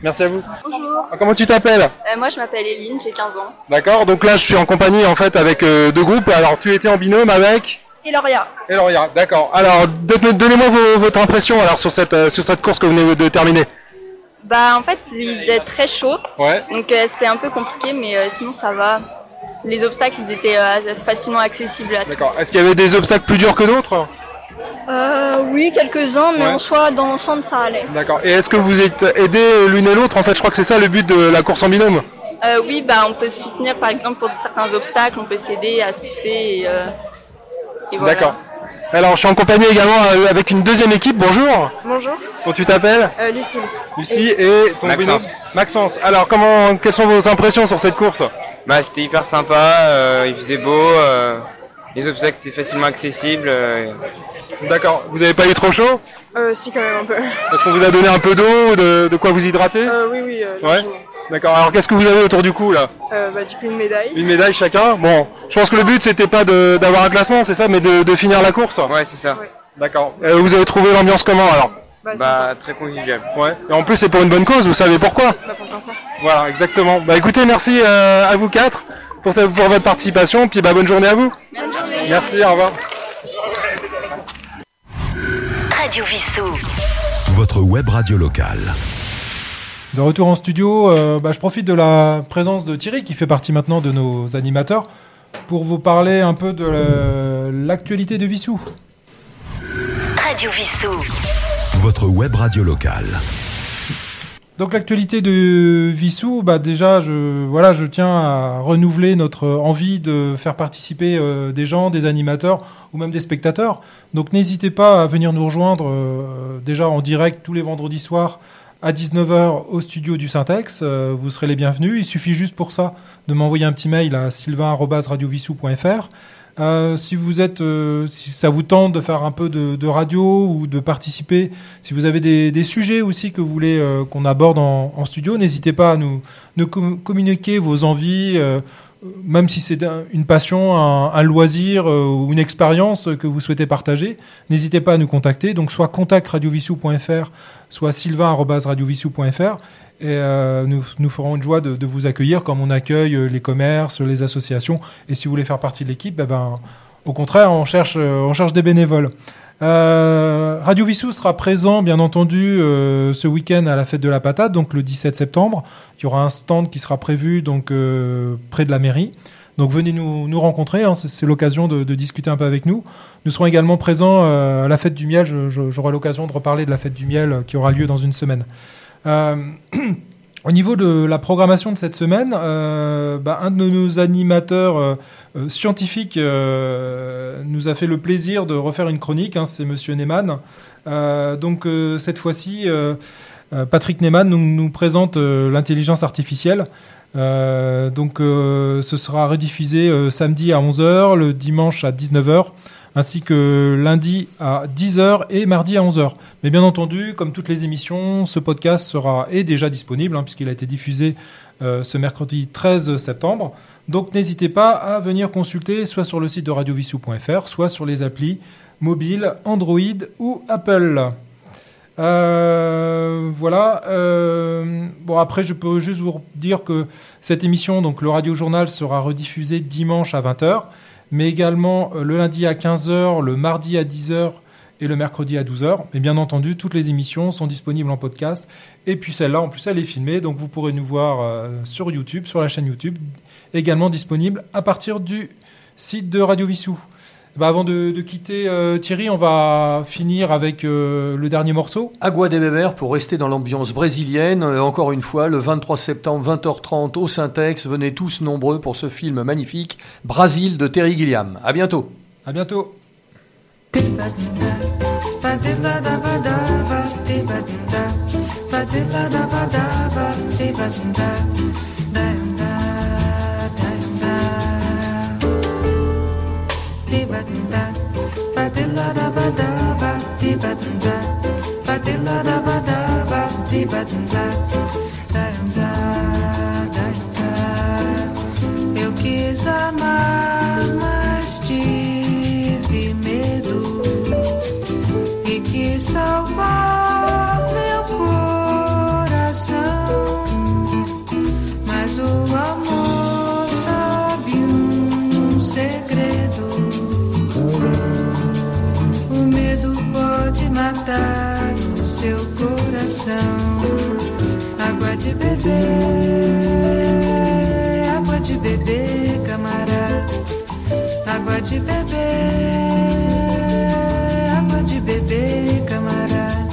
Merci à vous. Bonjour. Comment tu t'appelles? Moi je m'appelle Eline, j'ai 15 ans. D'accord, donc là je suis en compagnie en fait avec deux groupes. Alors tu étais en binôme avec Et Lauria. Et Lauria, d'accord. Alors donnez-moi votre impression alors sur cette course que vous venez de terminer. Bah en fait il faisait très chaud, Ouais. donc c'était un peu compliqué, mais sinon ça va. Les obstacles ils étaient facilement accessibles à tous. D'accord. Est-ce qu'il y avait des obstacles plus durs que d'autres? Oui, quelques-uns, mais Ouais. en soi, dans l'ensemble, ça allait. D'accord. Et est-ce que vous êtes aidés l'une et l'autre? En fait, je crois que c'est ça le but de la course en binôme. Oui, bah on peut se soutenir par exemple pour certains obstacles, on peut s'aider à se pousser et voilà. D'accord. Alors, je suis en compagnie également avec une deuxième équipe. Bonjour. Bonjour. Comment tu t'appelles? Lucille. Lucie et ton binôme Maxence. Alors, quelles sont vos impressions sur cette course? Bah, c'était hyper sympa, il faisait beau, les obstacles étaient facilement accessibles. D'accord. Vous n'avez pas eu trop chaud? Si, quand même un peu. Est-ce qu'on vous a donné un peu d'eau, de quoi vous hydrater? Oui, Ouais. D'accord. Alors, qu'est-ce que vous avez autour du cou là? Du coup, une médaille. Une médaille chacun. Bon, je pense que le but c'était pas d'avoir un classement, c'est ça, mais de finir la course. Ouais, c'est ça. Ouais. D'accord. Vous avez trouvé l'ambiance comment alors? Bah, très convivial. Ouais. Et en plus c'est pour une bonne cause, vous savez pourquoi? Pour le cancer. Voilà, exactement. Bah écoutez, merci à vous quatre pour votre participation, puis bonne journée à vous. Bonne journée. Merci, au revoir. Radio Vissou. Votre web radio locale. De retour en studio, je profite de la présence de Thierry, qui fait partie maintenant de nos animateurs, pour vous parler un peu de l'actualité de Vissou. Radio Vissou. Votre web radio locale. Donc l'actualité de Vissou, déjà je tiens à renouveler notre envie de faire participer des gens, des animateurs ou même des spectateurs. Donc n'hésitez pas à venir nous rejoindre déjà en direct tous les vendredis soirs à 19h au studio du Syntex. Vous serez les bienvenus. Il suffit juste pour ça de m'envoyer un petit mail à sylvain@radiovissou.fr. Si ça vous tente de faire un peu de radio ou de participer, si vous avez des sujets aussi que vous voulez qu'on aborde en studio, n'hésitez pas à nous communiquer vos envies, même si c'est une passion, un loisir ou une expérience que vous souhaitez partager. N'hésitez pas à nous contacter, donc soit contact@radiovissou.fr, soit sylvain@radiovissou.fr. Et nous ferons une joie de vous accueillir comme on accueille les commerces, les associations. Et si vous voulez faire partie de l'équipe, au contraire, on cherche des bénévoles. Radio Vissou sera présent, bien entendu, ce week-end à la fête de la patate, donc le 17 septembre. Il y aura un stand qui sera prévu donc près de la mairie. Donc venez nous rencontrer, hein, c'est l'occasion de discuter un peu avec nous. Nous serons également présents à la fête du miel. J'aurai l'occasion de reparler de la fête du miel qui aura lieu dans une semaine. Au niveau de la programmation de cette semaine, un de nos animateurs scientifiques nous a fait le plaisir de refaire une chronique, hein, c'est Monsieur Neyman. Cette fois-ci, Patrick Neyman nous présente l'intelligence artificielle. Ce sera rediffusé samedi à 11h, le dimanche à 19h. Ainsi que lundi à 10h et mardi à 11h. Mais bien entendu, comme toutes les émissions, ce podcast est déjà disponible, hein, puisqu'il a été diffusé ce mercredi 13 septembre. Donc n'hésitez pas à venir consulter soit sur le site de radiovissou.fr, soit sur les applis mobiles Android ou Apple. Après, je peux juste vous dire que cette émission, donc le Radio Journal, sera rediffusée dimanche à 20h. Mais également le lundi à 15h, le mardi à 10h et le mercredi à 12h. Et bien entendu, toutes les émissions sont disponibles en podcast. Et puis celle-là, en plus, elle est filmée. Donc vous pourrez nous voir sur YouTube, sur la chaîne YouTube, également disponible à partir du site de Radio Vissou. Avant de quitter Thierry, on va finir avec le dernier morceau. Agua de Beber, pour rester dans l'ambiance brésilienne. Encore une fois, le 23 septembre, 20h30 au Syntex. Venez tous nombreux pour ce film magnifique, Brasil de Terry Gilliam. À bientôt. À bientôt. Eu quis amar, mas tive medo e quis salvar meu coração. coração. Água de beber, camarada. Água de beber, camarada.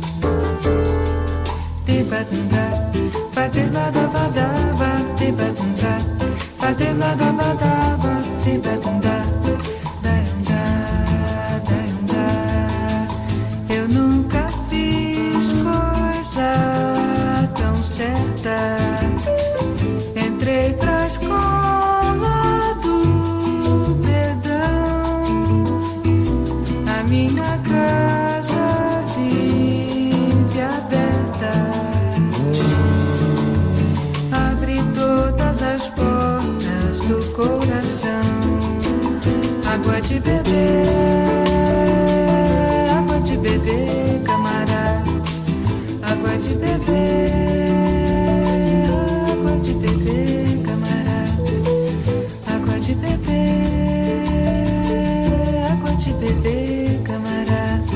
Te-ba-dum-da, ba-de-la-da-ba-da-ba, te-ba-dum-da, ba-de-la-da-ba-da-ba, te-ba-dum-da, da-yum-da, da-yum-da. Eu nunca fiz coisa tão certa. Entrei pra escola do perdão. A minha casa vive aberta. Abre todas as portas do coração. Água de beber, camarada. Água de beber, camarada. Água de beber, camarada.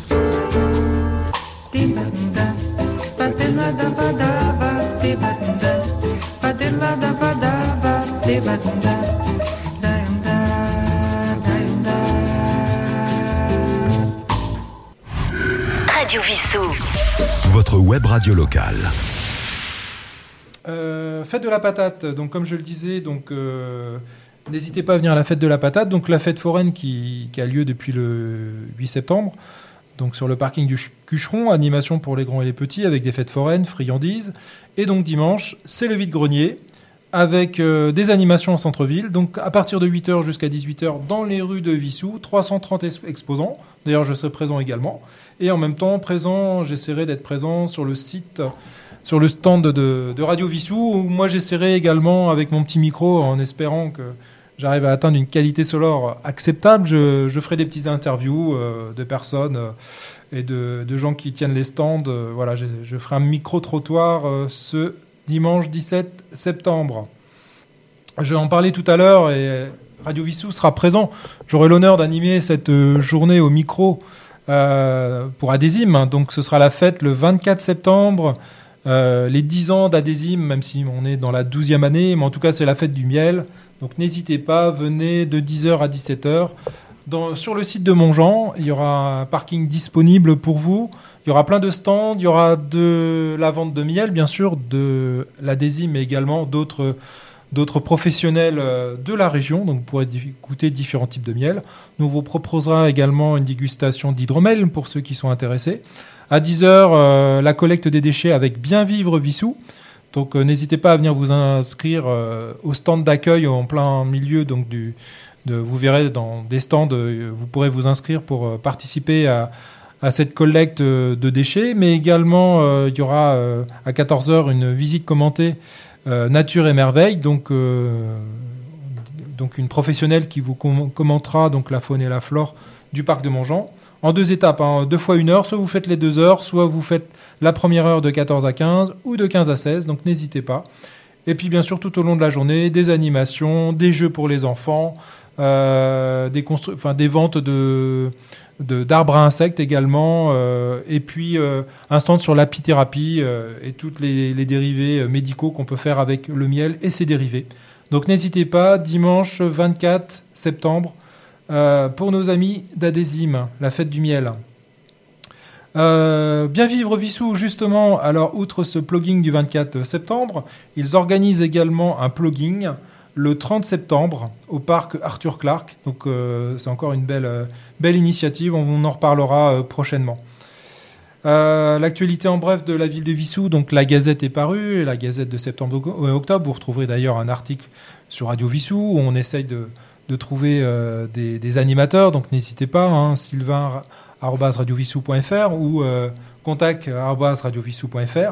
Te-ba-dum-da, ba-de-la-da-ba-da-ba, te-ba-dum-da, ba-de-la-da-ba-da-ba, te-ba-dum-da, da-yum-da, da-yum-da. Radio Vissou. Votre web radio locale. Fête de la patate. Donc, comme je le disais, n'hésitez pas à venir à la fête de la patate. Donc, la fête foraine qui a lieu depuis le 8 septembre. Donc, sur le parking du Cucheron, animation pour les grands et les petits avec des fêtes foraines, friandises. Et donc, dimanche, c'est le vide-grenier avec des animations en centre-ville. Donc, à partir de 8h jusqu'à 18h dans les rues de Vissou, 330 exposants. D'ailleurs, je serai présent également. Et en même temps, j'essaierai d'être présent sur le site, sur le stand de Radio Vissou, où moi j'essaierai également avec mon petit micro, en espérant que j'arrive à atteindre une qualité sonore acceptable. Je ferai des petites interviews de personnes et de gens qui tiennent les stands. Voilà, je ferai un micro-trottoir ce dimanche 17 septembre. Je vais en parler tout à l'heure et Radio Vissou sera présent. J'aurai l'honneur d'animer cette journée au micro pour Adésime. Donc ce sera la fête le 24 septembre. Les 10 ans d'Adésime, même si on est dans la 12e année, mais en tout cas c'est la fête du miel. Donc n'hésitez pas, venez de 10h à 17h. Sur le site de Montjean, il y aura un parking disponible pour vous. Il y aura plein de stands, il y aura de la vente de miel, bien sûr, de l'Adésime, mais également d'autres professionnels de la région. Donc vous pourrez goûter différents types de miel. Nous vous proposerons également une dégustation d'hydromel pour ceux qui sont intéressés. À 10h, la collecte des déchets avec Bien Vivre Vissou. Donc n'hésitez pas à venir vous inscrire au stand d'accueil en plein milieu. Donc vous verrez dans des stands, vous pourrez vous inscrire pour participer à cette collecte de déchets. Mais également, il y aura à 14h une visite commentée Nature et Merveille. Donc une professionnelle qui vous commentera donc la faune et la flore du parc de Montjean. En 2 étapes, 2 fois 1 heure, soit vous faites les 2 heures, soit vous faites la première heure de 14 à 15 ou de 15 à 16, donc n'hésitez pas. Et puis bien sûr, tout au long de la journée, des animations, des jeux pour les enfants, des ventes d'arbres à insectes également, et puis un stand sur l'apithérapie et toutes les dérivés médicaux qu'on peut faire avec le miel et ses dérivés. Donc n'hésitez pas, dimanche 24 septembre, pour nos amis d'Adésime, la fête du miel. Bien Vivre Vissou, justement, alors outre ce plugging du 24 septembre, ils organisent également un plugging le 30 septembre au parc Arthur Clarke. Donc c'est encore une belle initiative, on en reparlera prochainement. L'actualité en bref de la ville de Vissou, donc la Gazette est parue, la Gazette de septembre-octobre. Vous retrouverez d'ailleurs un article sur Radio Vissou où on essaye de trouver des animateurs, donc n'hésitez pas, sylvain@radiovissou.fr ou contact@radiovissou.fr.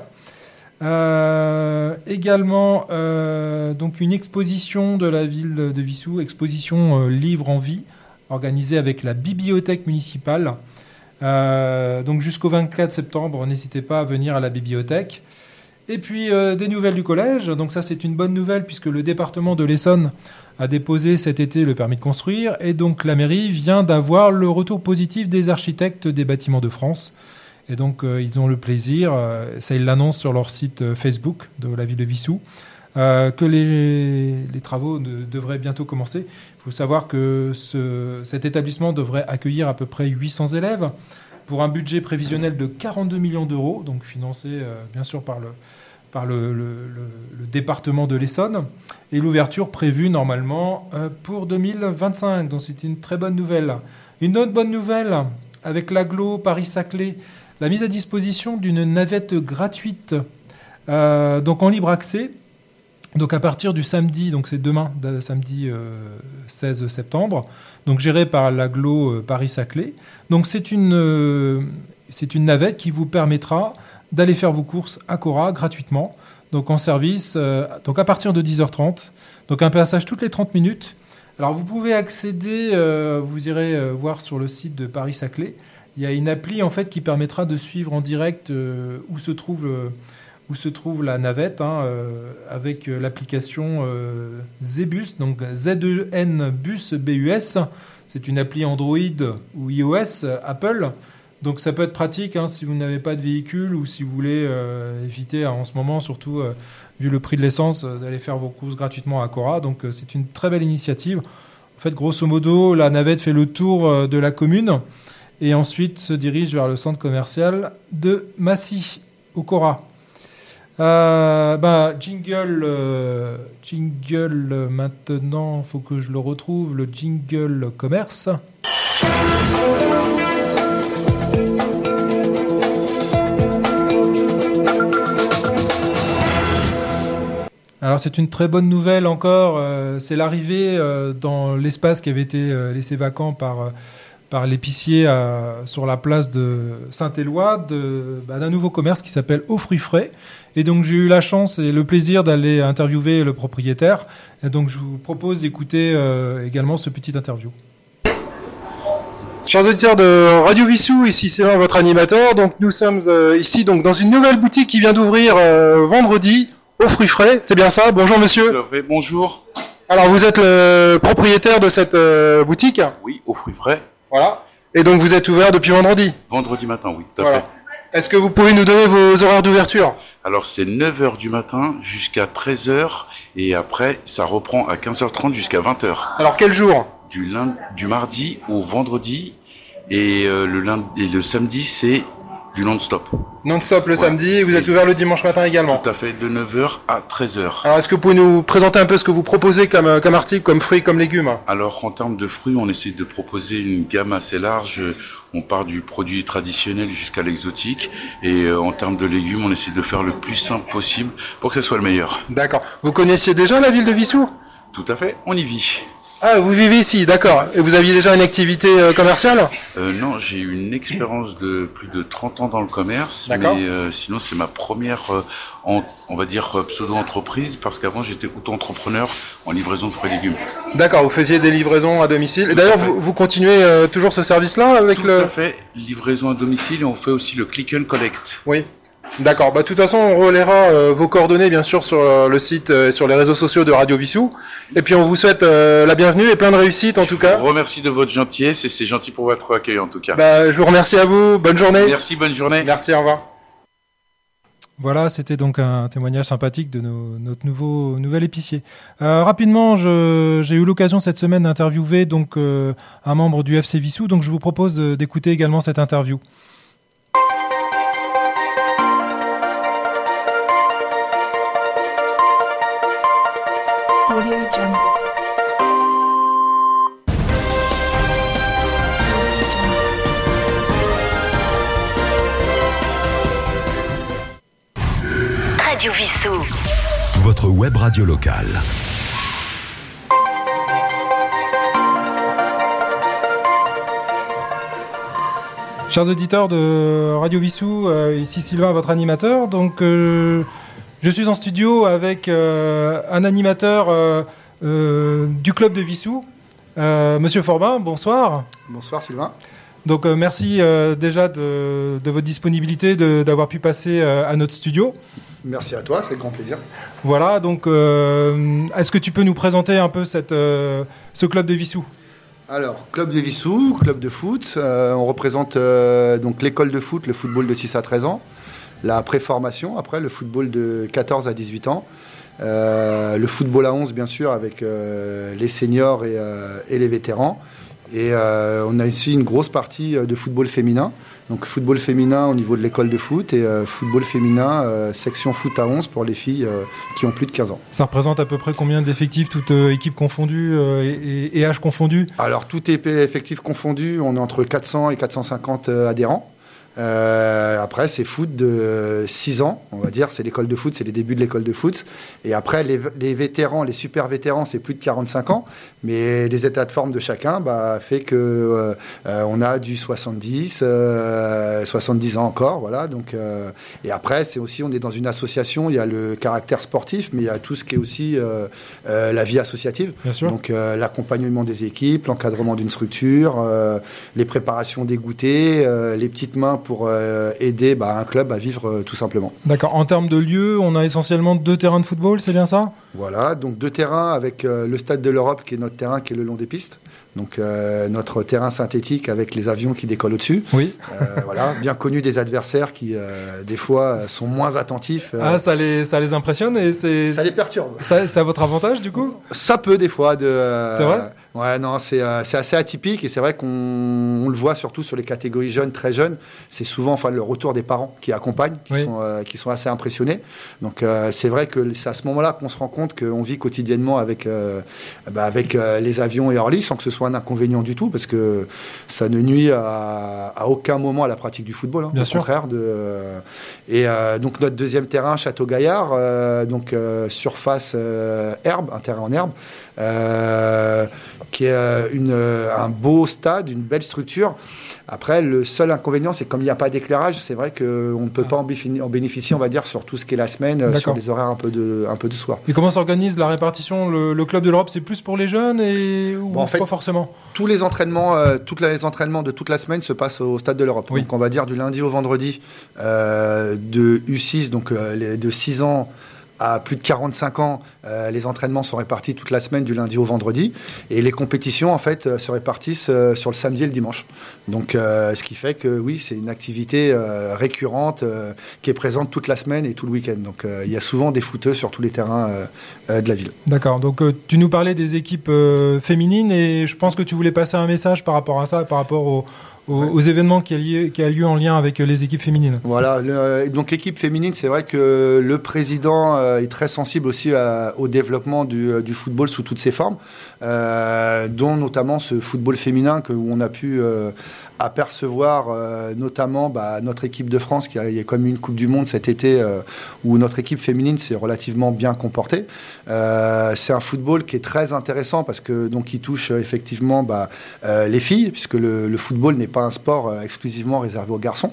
Également, donc une exposition de la ville de Vissou, exposition Livre en vie, organisée avec la bibliothèque municipale. Donc jusqu'au 24 septembre, n'hésitez pas à venir à la bibliothèque. Et puis des nouvelles du collège. Donc ça, c'est une bonne nouvelle puisque le département de l'Essonne a déposé cet été le permis de construire et donc la mairie vient d'avoir le retour positif des architectes des bâtiments de France. Et donc, ils ont le plaisir, ça ils l'annoncent sur leur site Facebook de la ville de Wissous, que les travaux devraient bientôt commencer. Il faut savoir que cet établissement devrait accueillir à peu près 800 élèves pour un budget prévisionnel de 42 millions d'euros, donc financé bien sûr par le département de l'Essonne, et l'ouverture prévue normalement pour 2025. Donc c'est une très bonne nouvelle. Une autre bonne nouvelle avec l'agglo Paris-Saclay, la mise à disposition d'une navette gratuite, donc en libre accès. Donc à partir du samedi, donc c'est demain, samedi 16 septembre, donc gérée par l'agglo Paris-Saclay. Donc c'est une navette qui vous permettra d'aller faire vos courses à Cora gratuitement, donc en service, donc à partir de 10h30, donc un passage toutes les 30 minutes. Alors vous pouvez accéder, vous irez voir sur le site de Paris-Saclay, il y a une appli en fait qui permettra de suivre en direct où se trouve la navette, avec l'application Zbus, donc Z-E-N Bus BUS. C'est une appli Android ou iOS Apple. Donc ça peut être pratique si vous n'avez pas de véhicule ou si vous voulez éviter en ce moment, surtout vu le prix de l'essence, d'aller faire vos courses gratuitement à Cora. Donc c'est une très belle initiative. En fait, grosso modo, la navette fait le tour de la commune et ensuite se dirige vers le centre commercial de Massy, au Cora. Jingle maintenant, il faut que je le retrouve, le jingle commerce. Alors c'est une très bonne nouvelle encore, c'est l'arrivée dans l'espace qui avait été laissé vacant par l'épicier sur la place de Saint-Éloi d'un nouveau commerce qui s'appelle Aux Fruits Frais. Et donc j'ai eu la chance et le plaisir d'aller interviewer le propriétaire. Et donc je vous propose d'écouter également ce petit interview. Chers auditeurs de Radio Wissous, ici Sylvain, votre animateur. Donc nous sommes ici donc dans une nouvelle boutique qui vient d'ouvrir vendredi, Aux Fruits Frais. C'est bien ça? Bonjour monsieur. Bonjour. Alors vous êtes le propriétaire de cette boutique? Oui, Aux Fruits Frais. Voilà. Et donc vous êtes ouvert depuis vendredi? Vendredi matin, oui, tout à fait. Est-ce que vous pouvez nous donner vos horaires d'ouverture? Alors c'est 9h du matin jusqu'à 13h et après ça reprend à 15h30 jusqu'à 20h. Alors quel jour? Du mardi au vendredi et le samedi c'est du non-stop. Non-stop le samedi et vous êtes ouvert le dimanche matin également? Tout à fait, de 9h à 13h. Alors est-ce que vous pouvez nous présenter un peu ce que vous proposez comme article, comme fruits, comme légumes? Alors en termes de fruits, on essaie de proposer une gamme assez large. On part du produit traditionnel jusqu'à l'exotique. Et en termes de légumes, on essaie de faire le plus simple possible pour que ce soit le meilleur. D'accord. Vous connaissiez déjà la ville de Wissous? Tout à fait, on y vit. Ah, vous vivez ici, d'accord. Et vous aviez déjà une activité commerciale? Non, j'ai eu une expérience de plus de 30 ans dans le commerce, d'accord. Mais sinon c'est ma première, on va dire, pseudo-entreprise, parce qu'avant j'étais auto-entrepreneur en livraison de fruits et légumes. D'accord, vous faisiez des livraisons à domicile. Et d'ailleurs, vous continuez toujours ce service-là avec Tout à fait, livraison à domicile, et on fait aussi le click and collect. Oui. D'accord, de toute façon on relaiera vos coordonnées bien sûr sur le site et sur les réseaux sociaux de Radio Wissous. Et puis on vous souhaite la bienvenue et plein de réussite en tout cas. Je vous remercie de votre gentillesse et c'est gentil pour votre accueil en tout cas. Je vous remercie à vous, bonne journée. Merci, bonne journée. Merci, au revoir. Voilà, c'était donc un témoignage sympathique de notre nouvel épicier. Rapidement, j'ai eu l'occasion cette semaine d'interviewer donc un membre du FC Wissous, donc je vous propose d'écouter également cette interview. Radio Wissous. Votre web radio locale. Chers auditeurs de Radio Wissous, ici Sylvain, votre animateur. Donc, je suis en studio avec un animateur du club de Wissous, Monsieur Forbin. Bonsoir. Bonsoir Sylvain. Donc, merci déjà de votre disponibilité, d'avoir pu passer à notre studio. Merci à toi, c'est avec grand plaisir. Voilà, donc est-ce que tu peux nous présenter un peu ce club de Wissous ? Alors, club de Vissou, club de foot. On représente donc l'école de foot, le football de 6 à 13 ans. La préformation, après, le football de 14 à 18 ans. Le football à 11, bien sûr, avec les seniors et les vétérans. Et on a ici une grosse partie de football féminin. Donc football féminin au niveau de l'école de foot et football féminin, section foot à 11 pour les filles qui ont plus de 15 ans. Ça représente à peu près combien d'effectifs, toute équipe confondue et âge confondu? Alors tout effectif confondu, on est entre 400 et 450 adhérents. Après, c'est foot de 6 ans, on va dire. C'est l'école de foot, c'est les débuts de l'école de foot. Et après, les vétérans, les super vétérans, c'est plus de 45 ans. Mais les états de forme de chacun fait que on a du 70, 70 ans encore, voilà. Donc, et après, c'est aussi, on est dans une association. Il y a le caractère sportif, mais il y a tout ce qui est aussi la vie associative. Bien sûr. Donc, l'accompagnement des équipes, l'encadrement d'une structure, les préparations des goûters, les petites mains pour aider un club à vivre tout simplement. D'accord. En termes de lieux, on a essentiellement 2 terrains de football, c'est bien ça? Voilà, donc 2 terrains avec le Stade de l'Europe qui est notre terrain qui est le long des pistes. Donc notre terrain synthétique avec les avions qui décollent au-dessus. Oui. Voilà, bien connu des adversaires qui des fois sont moins attentifs. Ah, ça les impressionne et ça les perturbe. C'est à votre avantage du coup? Ça peut des fois. C'est vrai? Ouais, non, c'est assez atypique et c'est vrai qu'on le voit surtout sur les catégories jeunes, très jeunes. C'est souvent le retour des parents qui accompagnent, qui sont assez impressionnés. Donc c'est vrai que c'est à ce moment-là qu'on se rend compte qu'on vit quotidiennement avec les avions et Orly, sans que ce soit un inconvénient du tout, parce que ça ne nuit à aucun moment à la pratique du football. Hein, bien au sûr. Contraire. Donc notre deuxième terrain, Château-Gaillard, surface herbe, un terrain en herbe. Qui est un beau stade, une belle structure. Après, le seul inconvénient, c'est comme il n'y a pas d'éclairage, c'est vrai qu'on ne peut pas en bénéficier, on va dire, sur tout ce qui est la semaine, sur les horaires un peu de soir. Et comment s'organise la répartition? Le club de l'Europe, c'est plus pour les jeunes ou en fait, pas forcément? Tous les entraînements, de toute la semaine se passent au Stade de l'Europe. Oui. Donc on va dire du lundi au vendredi de U6, donc de 6 ans à plus de 45 ans, les entraînements sont répartis toute la semaine du lundi au vendredi et les compétitions en fait se répartissent sur le samedi et le dimanche. Donc ce qui fait que oui, c'est une activité récurrente qui est présente toute la semaine et tout le week-end. Donc il y a souvent des footeux sur tous les terrains de la ville. D'accord, donc tu nous parlais des équipes féminines et je pense que tu voulais passer un message par rapport à ça, par rapport aux événements qui a lieu en lien avec les équipes féminines. Voilà, donc l'équipe féminine, c'est vrai que le président est très sensible aussi au développement du football sous toutes ses formes, dont notamment ce football féminin où on a pu apercevoir notamment notre équipe de France qui a comme une Coupe du Monde cet été où notre équipe féminine s'est relativement bien comportée. C'est un football qui est très intéressant parce que donc il touche effectivement les filles puisque le football n'est pas un sport exclusivement réservé aux garçons.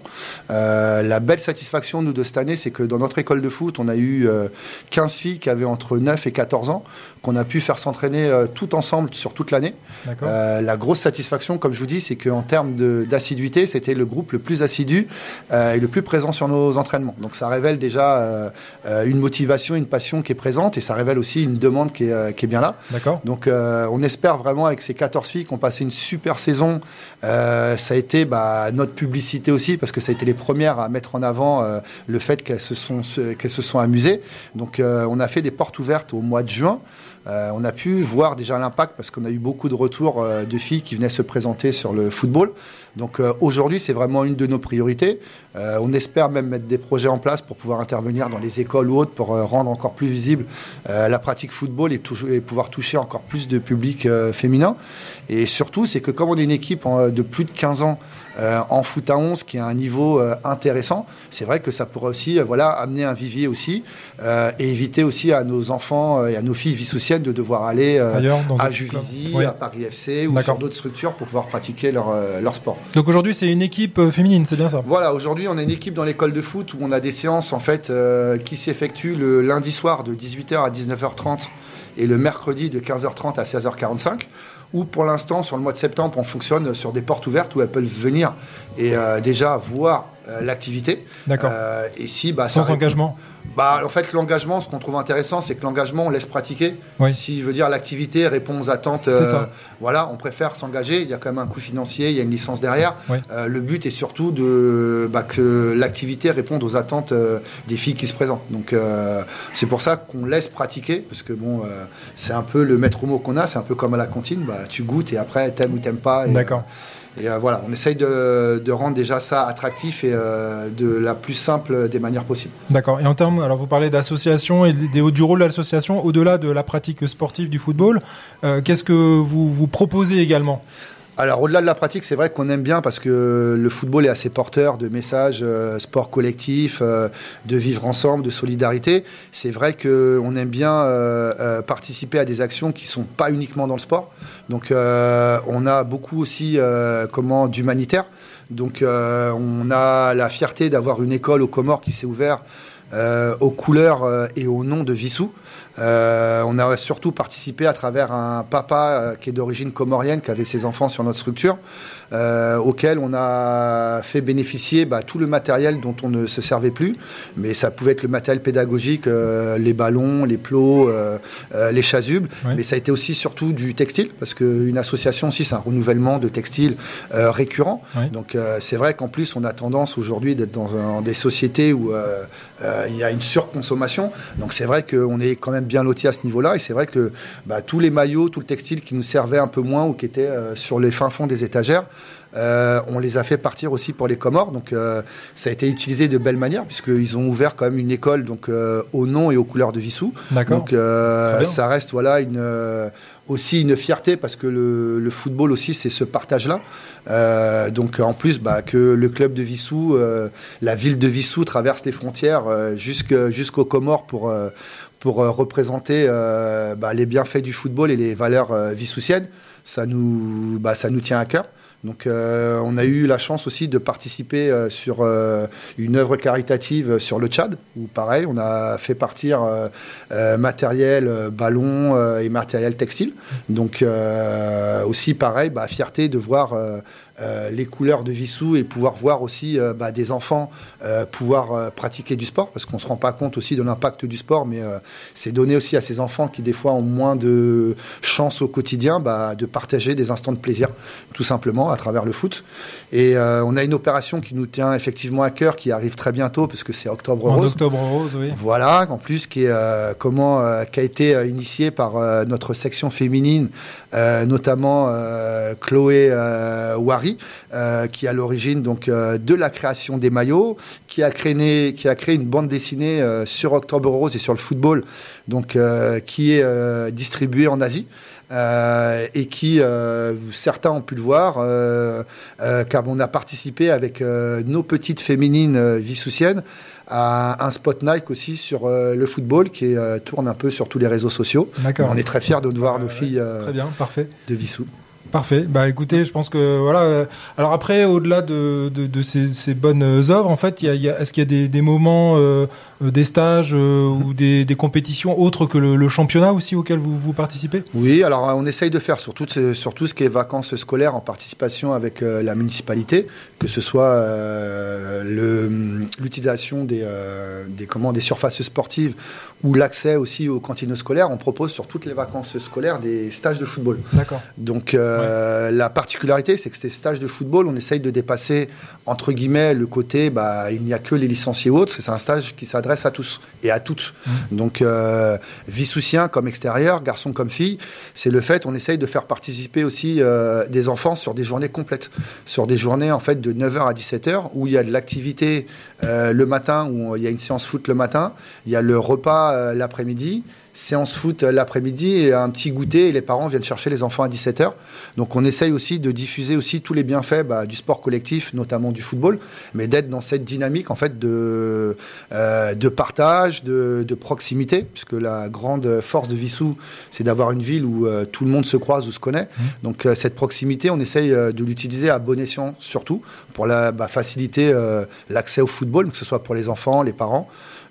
La belle satisfaction nous de cette année, c'est que dans notre école de foot, on a eu 15 filles qui avaient entre 9 et 14 ans qu'on a pu faire s'entraîner tout ensemble sur toute l'année. La grosse satisfaction, comme je vous dis, c'est qu'en termes d'assiduité, c'était le groupe le plus assidu et le plus présent sur nos entraînements. Donc ça révèle déjà une motivation, une passion qui est présente et ça révèle aussi une demande qui est bien là. D'accord. Donc on espère vraiment avec ces 14 filles qui ont passé une super saison. Ça a été notre publicité aussi parce que ça a été les premières à mettre en avant le fait qu'elles se sont amusées. Donc on a fait des portes ouvertes au mois de juin. On a pu voir déjà l'impact parce qu'on a eu beaucoup de retours de filles qui venaient se présenter sur le football. Donc aujourd'hui, c'est vraiment une de nos priorités. On espère même mettre des projets en place pour pouvoir intervenir dans les écoles ou autres pour rendre encore plus visible la pratique football et pouvoir toucher encore plus de public féminin. Et surtout, c'est que comme on est une équipe de plus de 15 ans en foot à 11 qui a un niveau intéressant, c'est vrai que ça pourrait aussi amener un vivier aussi et éviter aussi à nos enfants et à nos filles vissoussiennes de devoir aller à Juvisy, à Paris FC ou sur d'autres structures pour pouvoir pratiquer leur sport. Donc aujourd'hui, c'est une équipe féminine, c'est bien ça? Voilà, aujourd'hui, on a une équipe dans l'école de foot où on a des séances en fait qui s'effectuent le lundi soir de 18h à 19h30 et le mercredi de 15h30 à 16h45. Où pour l'instant, sur le mois de septembre, on fonctionne sur des portes ouvertes où elles peuvent venir et déjà voir l'activité. D'accord. Et si, sans engagement. En fait, l'engagement, ce qu'on trouve intéressant, c'est que l'engagement, on laisse pratiquer. Oui. Si veut dire l'activité répond aux attentes, C'est ça. voilà, on préfère s'engager. Il y a quand même un coût financier, il y a une licence derrière. Oui. Le but est surtout que l'activité réponde aux attentes des filles qui se présentent. Donc, c'est pour ça qu'on laisse pratiquer, parce que c'est un peu le maître mot qu'on a. C'est un peu comme à la cantine. Tu goûtes et après, t'aimes ou t'aimes pas. D'accord. Et voilà, on essaye de rendre déjà ça attractif et de la plus simple des manières possibles. D'accord. Et en termes, alors vous parlez d'association et du rôle de l'association, au-delà de la pratique sportive du football, qu'est-ce que vous proposez également ? Alors, au-delà de la pratique, c'est vrai qu'on aime bien parce que le football est assez porteur de messages sport collectif, de vivre ensemble, de solidarité. C'est vrai qu'on aime bien participer à des actions qui sont pas uniquement dans le sport. Donc, on a beaucoup aussi d'humanitaire. Donc, on a la fierté d'avoir une école aux Comores qui s'est ouverte aux couleurs et au nom de Vissou. On a surtout participé à travers un papa qui est d'origine comorienne, qui avait ses enfants sur notre structure, auquel on a fait bénéficier tout le matériel dont on ne se servait plus, mais ça pouvait être le matériel pédagogique, les ballons, les plots, les chasubles, oui. Mais ça a été aussi surtout du textile, parce qu'une association aussi, c'est un renouvellement de textile récurrent. Oui. Donc c'est vrai qu'en plus, on a tendance aujourd'hui d'être dans des sociétés où il y a une surconsommation. Donc c'est vrai qu'on est quand même bien lotis à ce niveau-là, et c'est vrai que tous les maillots, tout le textile qui nous servait un peu moins ou qui était sur les fins fonds des étagères, on les a fait partir aussi pour les Comores. Donc ça a été utilisé de belle manière, puisqu'ils ont ouvert quand même une école au nom et aux couleurs de Vissou. D'accord. Donc ça reste aussi une fierté, parce que le football aussi, c'est ce partage-là. Donc en plus que le club de Vissou, la ville de Vissou traverse les frontières jusqu'aux Comores pour représenter les bienfaits du football et les valeurs vissousiennes, ça nous tient à cœur. Donc on a eu la chance aussi de participer sur une œuvre caritative sur le Tchad, où pareil, on a fait partir matériel, ballon et matériel textile. Donc aussi pareil, fierté de voir les couleurs de Vissou et pouvoir voir aussi des enfants pouvoir pratiquer du sport, parce qu'on ne se rend pas compte aussi de l'impact du sport, mais c'est donné aussi à ces enfants qui des fois ont moins de chance au quotidien de partager des instants de plaisir, tout simplement, à travers le foot. Et on a une opération qui nous tient effectivement à cœur, qui arrive très bientôt, parce que c'est Octobre Rose. Octobre Rose, oui. Voilà, en plus, qui a été initié par notre section féminine, notamment Chloé Wari, qui est à l'origine de la création des maillots, qui a créé une bande dessinée sur Octobre Rose et sur le football, qui est distribuée en Asie. Et qui, certains ont pu le voir, car on a participé avec nos petites féminines vissousiennes à un spot Nike aussi sur le football, qui tourne un peu sur tous les réseaux sociaux. D'accord. On est très fiers de voir nos filles très bien, parfait. De Vissou. Parfait. Écoutez, je pense que voilà. Alors après, au-delà de ces bonnes œuvres, en fait, est-ce qu'il y a des moments, des stages ou des compétitions autres que le championnat aussi auxquels vous participez ? Oui, alors on essaye de faire sur tout ce qui est vacances scolaires en participation avec la municipalité, que ce soit l'utilisation des surfaces sportives ou l'accès aussi aux cantines scolaires. On propose sur toutes les vacances scolaires des stages de football. D'accord. Donc la particularité, c'est que ces stages de football, on essaye de dépasser entre guillemets le côté il n'y a que les licenciés ou autres. C'est un stage qui s'adresse à tous et à toutes. Donc vissousiens comme extérieurs, garçons comme filles, c'est le fait, on essaye de faire participer aussi des enfants sur des journées complètes, sur des journées en fait de 9h à 17h, où il y a de l'activité le matin, où il y a une séance foot le matin, il y a le repas l'après-midi, séance foot l'après-midi et un petit goûter, et les parents viennent chercher les enfants à 17h. Donc on essaye aussi de diffuser aussi tous les bienfaits du sport collectif, notamment du football, mais d'être dans cette dynamique en fait de partage, de proximité, puisque la grande force de Vissou, c'est d'avoir une ville où tout le monde se croise ou se connaît. Donc cette proximité, on essaye de l'utiliser à bon escient, surtout pour faciliter l'accès au football, que ce soit pour les enfants, les parents.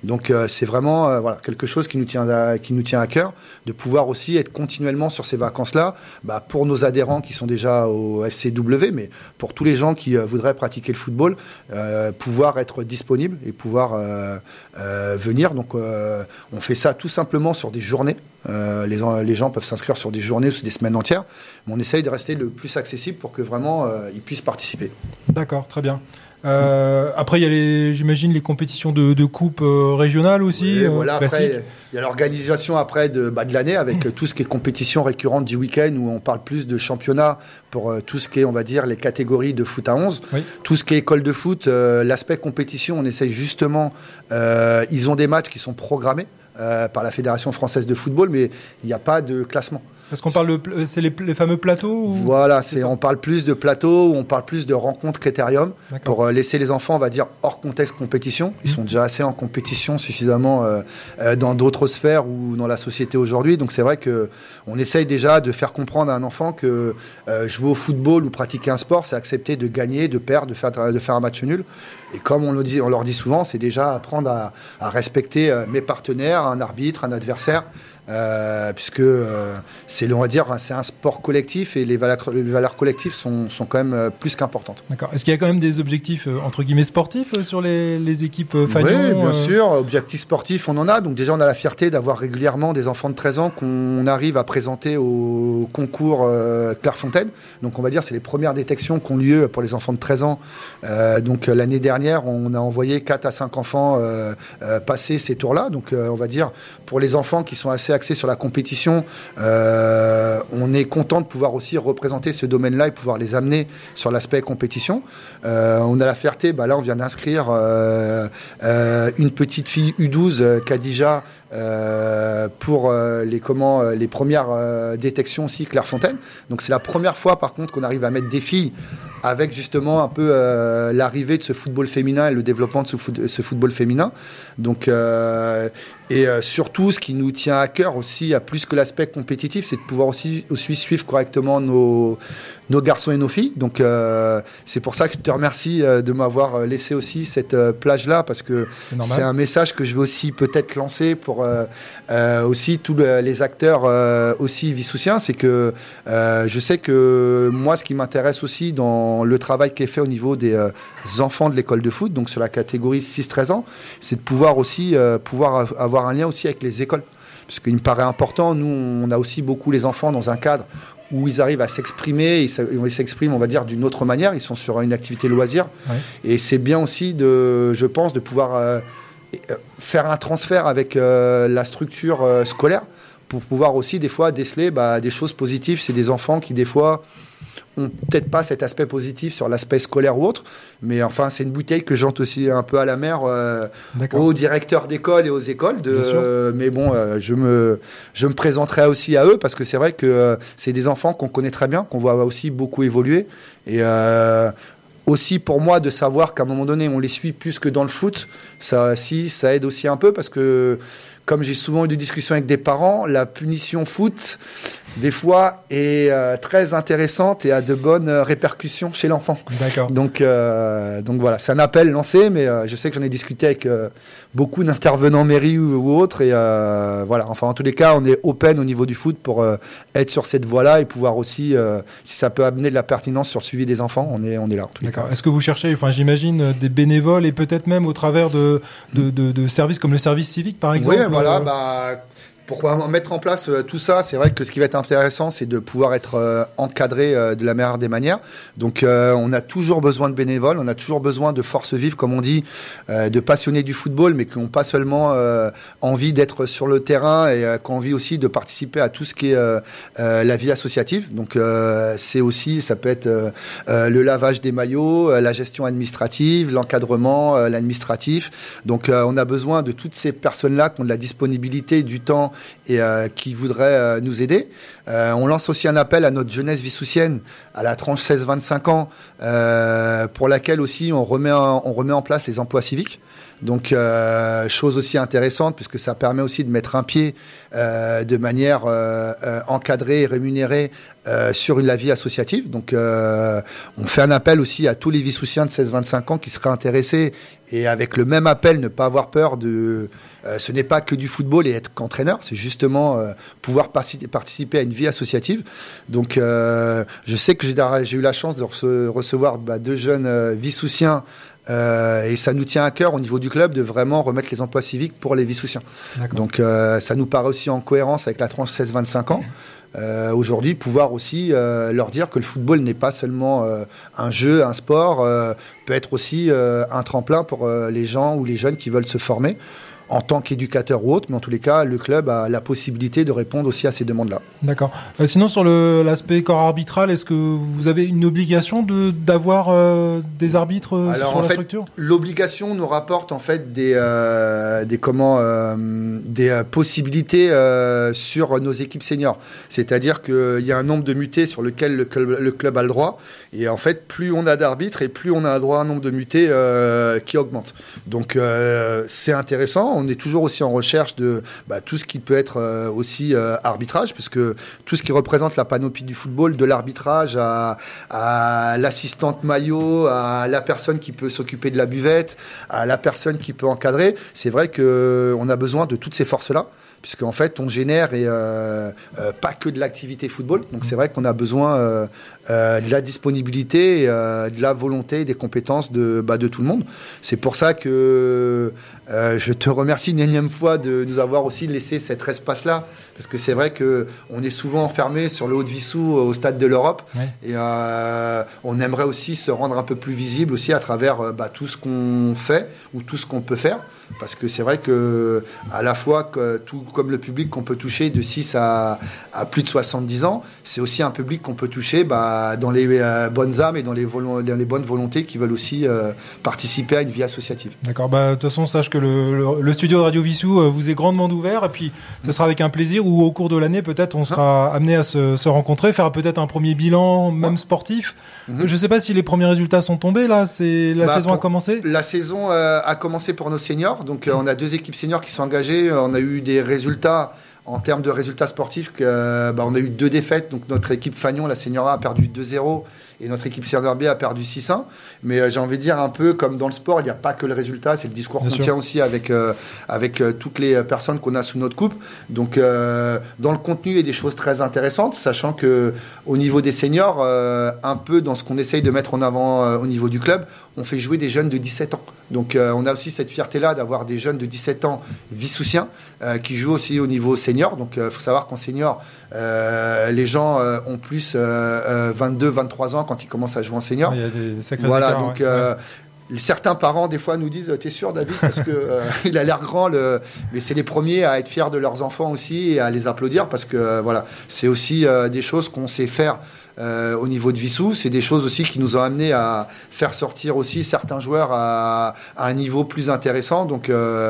Donc c'est vraiment voilà, quelque chose qui nous tient à cœur, de pouvoir aussi être continuellement sur ces vacances-là, pour nos adhérents qui sont déjà au FCW, mais pour tous les gens qui voudraient pratiquer le football, pouvoir être disponibles et pouvoir venir. Donc on fait ça tout simplement sur des journées. Les gens peuvent s'inscrire sur des journées ou sur des semaines entières, mais on essaye de rester le plus accessible pour que vraiment ils puissent participer. D'accord, très bien. Après, il y a j'imagine les compétitions de coupe régionales aussi. Oui, voilà, après, il y a l'organisation après de l'année avec tout ce qui est compétition récurrente du week-end où on parle plus de championnat pour tout ce qui est, on va dire, les catégories de foot à 11. Oui. Tout ce qui est école de foot, l'aspect compétition, on essaye justement, ils ont des matchs qui sont programmés par la Fédération française de football, mais il n'y a pas de classement. Est-ce qu'on parle c'est les fameux plateaux ou... Voilà, on parle plus de plateaux, on parle plus de rencontres critérium pour laisser les enfants, on va dire, hors contexte compétition. Ils sont déjà assez en compétition suffisamment dans d'autres sphères ou dans la société aujourd'hui. Donc c'est vrai qu'on essaye déjà de faire comprendre à un enfant que jouer au football ou pratiquer un sport, c'est accepter de gagner, de perdre, de faire un match nul. Et comme on leur dit souvent, c'est déjà apprendre à respecter mes partenaires, un arbitre, un adversaire. Puisque on va dire, c'est un sport collectif et les valeurs collectives sont quand même plus qu'importantes. D'accord. Est-ce qu'il y a quand même des objectifs entre guillemets sportifs sur les équipes Fagnon? Oui, bien sûr. Objectifs sportifs, on en a. Donc déjà, on a la fierté d'avoir régulièrement des enfants de 13 ans qu'on arrive à présenter au concours Clairefontaine. Donc on va dire, c'est les premières détections qui ont lieu pour les enfants de 13 ans. Donc l'année dernière, on a envoyé 4 à 5 enfants passer ces tours-là. Donc on va dire, pour les enfants qui sont assez axés sur la compétition, on est content de pouvoir aussi représenter ce domaine-là et pouvoir les amener sur l'aspect compétition. On a la fierté, là on vient d'inscrire une petite fille U12, Khadija, pour les premières détections aussi Clairefontaine. Donc c'est la première fois par contre qu'on arrive à mettre des filles avec justement un peu l'arrivée de ce football féminin et le développement de ce football féminin. Donc surtout, ce qui nous tient à cœur aussi, à plus que l'aspect compétitif, c'est de pouvoir aussi suivre correctement nos garçons et nos filles. Donc c'est pour ça que je te remercie de m'avoir laissé aussi cette plage-là, parce que c'est un message que je vais aussi peut-être lancer pour aussi tous les acteurs aussi vissoussiens. C'est que je sais que moi, ce qui m'intéresse aussi dans le travail qui est fait au niveau des enfants de l'école de foot, donc sur la catégorie 6-13 ans, c'est de pouvoir aussi pouvoir avoir un lien aussi avec les écoles. Parce qu'il me paraît important, nous, on a aussi beaucoup les enfants dans un cadre où ils arrivent à s'exprimer, ils s'expriment, on va dire, d'une autre manière, ils sont sur une activité loisir. Ouais. Et c'est bien aussi, je pense, de pouvoir faire un transfert avec la structure scolaire pour pouvoir aussi, des fois, déceler des choses positives. C'est des enfants qui, des fois, ont peut-être pas cet aspect positif sur l'aspect scolaire ou autre, mais enfin c'est une bouteille que jante aussi un peu à la mer aux directeurs d'école et aux écoles mais bon je me présenterai aussi à eux, parce que c'est vrai que c'est des enfants qu'on connaît très bien, qu'on voit aussi beaucoup évoluer, et aussi pour moi de savoir qu'à un moment donné on les suit plus que dans le foot, ça aide aussi un peu, parce que comme j'ai souvent eu des discussions avec des parents, la punition foot, des fois, est très intéressante et a de bonnes répercussions chez l'enfant. D'accord. Donc voilà, c'est un appel lancé, mais je sais que j'en ai discuté avec beaucoup d'intervenants mairie ou autres. Et voilà, enfin, en tous les cas, on est open au niveau du foot pour être sur cette voie-là et pouvoir aussi, si ça peut amener de la pertinence sur le suivi des enfants, on est là. D'accord. Est-ce que vous cherchez, j'imagine, des bénévoles et peut-être même au travers de services comme le service civique, par exemple? Oui, voilà, pour mettre en place tout ça, c'est vrai que ce qui va être intéressant, c'est de pouvoir être encadré de la meilleure des manières. Donc, on a toujours besoin de bénévoles, on a toujours besoin de forces vives, comme on dit, de passionnés du football, mais qui n'ont pas seulement envie d'être sur le terrain et qui ont envie aussi de participer à tout ce qui est la vie associative. Donc, c'est aussi, ça peut être le lavage des maillots, la gestion administrative, l'encadrement, l'administratif. Donc, on a besoin de toutes ces personnes-là qui ont de la disponibilité, du temps, et qui voudraient nous aider. On lance aussi un appel à notre jeunesse vissoussienne, à la tranche 16-25 ans, pour laquelle aussi on remet en place les emplois civiques. Donc, chose aussi intéressante, puisque ça permet aussi de mettre un pied de manière encadrée et rémunérée sur la vie associative. Donc, on fait un appel aussi à tous les vissoussiens de 16-25 ans qui seraient intéressés et avec le même appel, ne pas avoir peur de... ce n'est pas que du football et être qu'entraîneur, c'est justement pouvoir participer à une vie associative. Donc, je sais que j'ai eu la chance de recevoir 2 jeunes Vissoussiens, et ça nous tient à cœur au niveau du club de vraiment remettre les emplois civiques pour les Vissoussiens. Donc, ça nous paraît aussi en cohérence avec la tranche 16-25 ans. Aujourd'hui, pouvoir aussi leur dire que le football n'est pas seulement un jeu, un sport, peut être aussi un tremplin pour les gens ou les jeunes qui veulent se former en tant qu'éducateur ou autre, mais en tous les cas, le club a la possibilité de répondre aussi à ces demandes-là. D'accord. Sinon, sur l'aspect corps arbitral, est-ce que vous avez une obligation d'avoir des arbitres sur la structure ? L'obligation nous rapporte en fait des possibilités sur nos équipes seniors. C'est-à-dire qu'il y a un nombre de mutés sur lequel le club a le droit, et en fait, plus on a d'arbitres et plus on a droit à un nombre de mutés qui augmente. Donc, c'est intéressant. On est toujours aussi en recherche de tout ce qui peut être aussi arbitrage, puisque tout ce qui représente la panoplie du football, de l'arbitrage à l'assistante maillot, à la personne qui peut s'occuper de la buvette, à la personne qui peut encadrer, c'est vrai qu'on a besoin de toutes ces forces-là, puisqu'en fait, on génère pas que de l'activité football. Donc, c'est vrai qu'on a besoin de la disponibilité, de la volonté, des compétences de tout le monde. C'est pour ça que je te remercie une énième fois de nous avoir aussi laissé cet espace-là, parce que c'est vrai qu'on est souvent enfermé sur le Haut-de-Vissou au Stade de l'Europe, et on aimerait aussi se rendre un peu plus visible aussi à travers tout ce qu'on fait ou tout ce qu'on peut faire, parce que c'est vrai que à la fois tout comme le public qu'on peut toucher de 6 à plus de 70 ans, c'est aussi un public qu'on peut toucher dans les bonnes âmes et dans les bonnes volontés qui veulent aussi participer à une vie associative. D'accord, de toute façon, sache que le studio de Radio Vissou vous est grandement ouvert, et puis ce sera avec un plaisir où au cours de l'année, peut-être, on sera amené à se rencontrer, faire peut-être un premier bilan, même sportif. Je ne sais pas si les premiers résultats sont tombés, là, la saison a commencé ? La saison a commencé pour nos seniors, donc on a 2 équipes seniors qui sont engagées, on a eu des résultats. En termes de résultats sportifs, on a eu 2 défaites. Donc notre équipe Fagnon, la Senior A, a perdu 2-0 et notre équipe Senior B a perdu 6-1. Mais j'ai envie de dire, un peu comme dans le sport, il n'y a pas que le résultat, c'est le discours qu'on tient aussi avec toutes les personnes qu'on a sous notre coupe. Donc dans le contenu, il y a des choses très intéressantes, sachant qu'au niveau des seniors, un peu dans ce qu'on essaye de mettre en avant au niveau du club, on fait jouer des jeunes de 17 ans. Donc on a aussi cette fierté-là d'avoir des jeunes de 17 ans vissoussiens qui jouent aussi au niveau senior. Donc il faut savoir qu'en senior, les gens ont plus 22, 23 ans quand ils commencent à jouer en senior. Il y a des sacrés écarts, donc certains parents des fois nous disent t'es sûr David, parce que il a l'air grand, mais c'est les premiers à être fiers de leurs enfants aussi et à les applaudir, parce que c'est aussi des choses qu'on sait faire au niveau de Vissou. C'est des choses aussi qui nous ont amené à faire sortir aussi certains joueurs à un niveau plus intéressant. Donc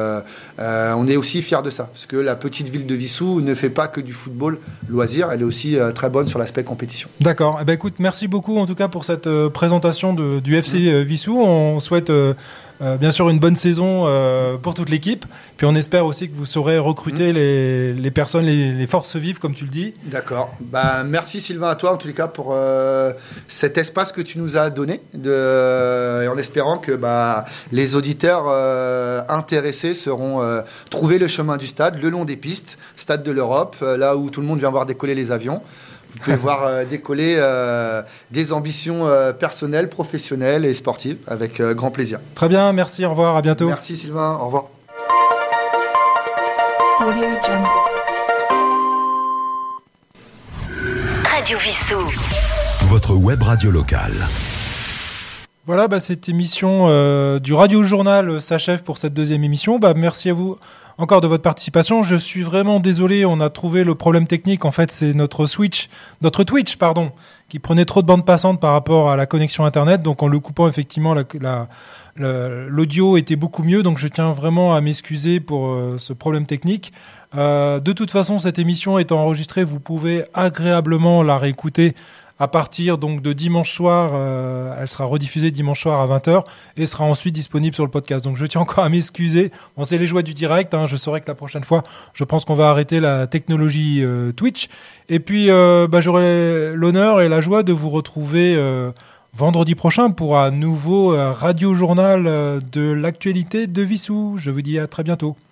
on est aussi fiers de ça, parce que la petite ville de Vissou ne fait pas que du football loisir, elle est aussi très bonne sur l'aspect compétition. D'accord, écoute, merci beaucoup en tout cas pour cette présentation du FC Vissou. On souhaite bien sûr une bonne saison pour toute l'équipe, puis on espère aussi que vous saurez recruter les personnes, les forces vives comme tu le dis. D'accord, merci Sylvain à toi en tous les cas pour cet espace que tu nous as donné, et en espérant que les auditeurs intéressés seront trouver le chemin du stade, le long des pistes, stade de l'Europe, là où tout le monde vient voir décoller les avions. Vous pouvez voir décoller des ambitions personnelles, professionnelles et sportives avec grand plaisir. Très bien, merci, au revoir, à bientôt. Merci Sylvain, au revoir. Radio Vissou. Votre web radio locale. Voilà, cette émission du Radio Journal s'achève pour cette 2e émission. Merci à vous encore de votre participation. Je suis vraiment désolé, on a trouvé le problème technique. En fait, c'est notre Twitch, qui prenait trop de bande passante par rapport à la connexion Internet. Donc, en le coupant, effectivement, l'audio était beaucoup mieux. Donc, je tiens vraiment à m'excuser pour ce problème technique. De toute façon, cette émission étant enregistrée, vous pouvez agréablement la réécouter à partir donc de dimanche soir. Elle sera rediffusée dimanche soir à 20h et sera ensuite disponible sur le podcast. Donc je tiens encore à m'excuser. Bon, c'est les joies du direct, je saurai que la prochaine fois, je pense qu'on va arrêter la technologie Twitch. Et puis j'aurai l'honneur et la joie de vous retrouver vendredi prochain pour un nouveau radio-journal de l'actualité de Vissou. Je vous dis à très bientôt.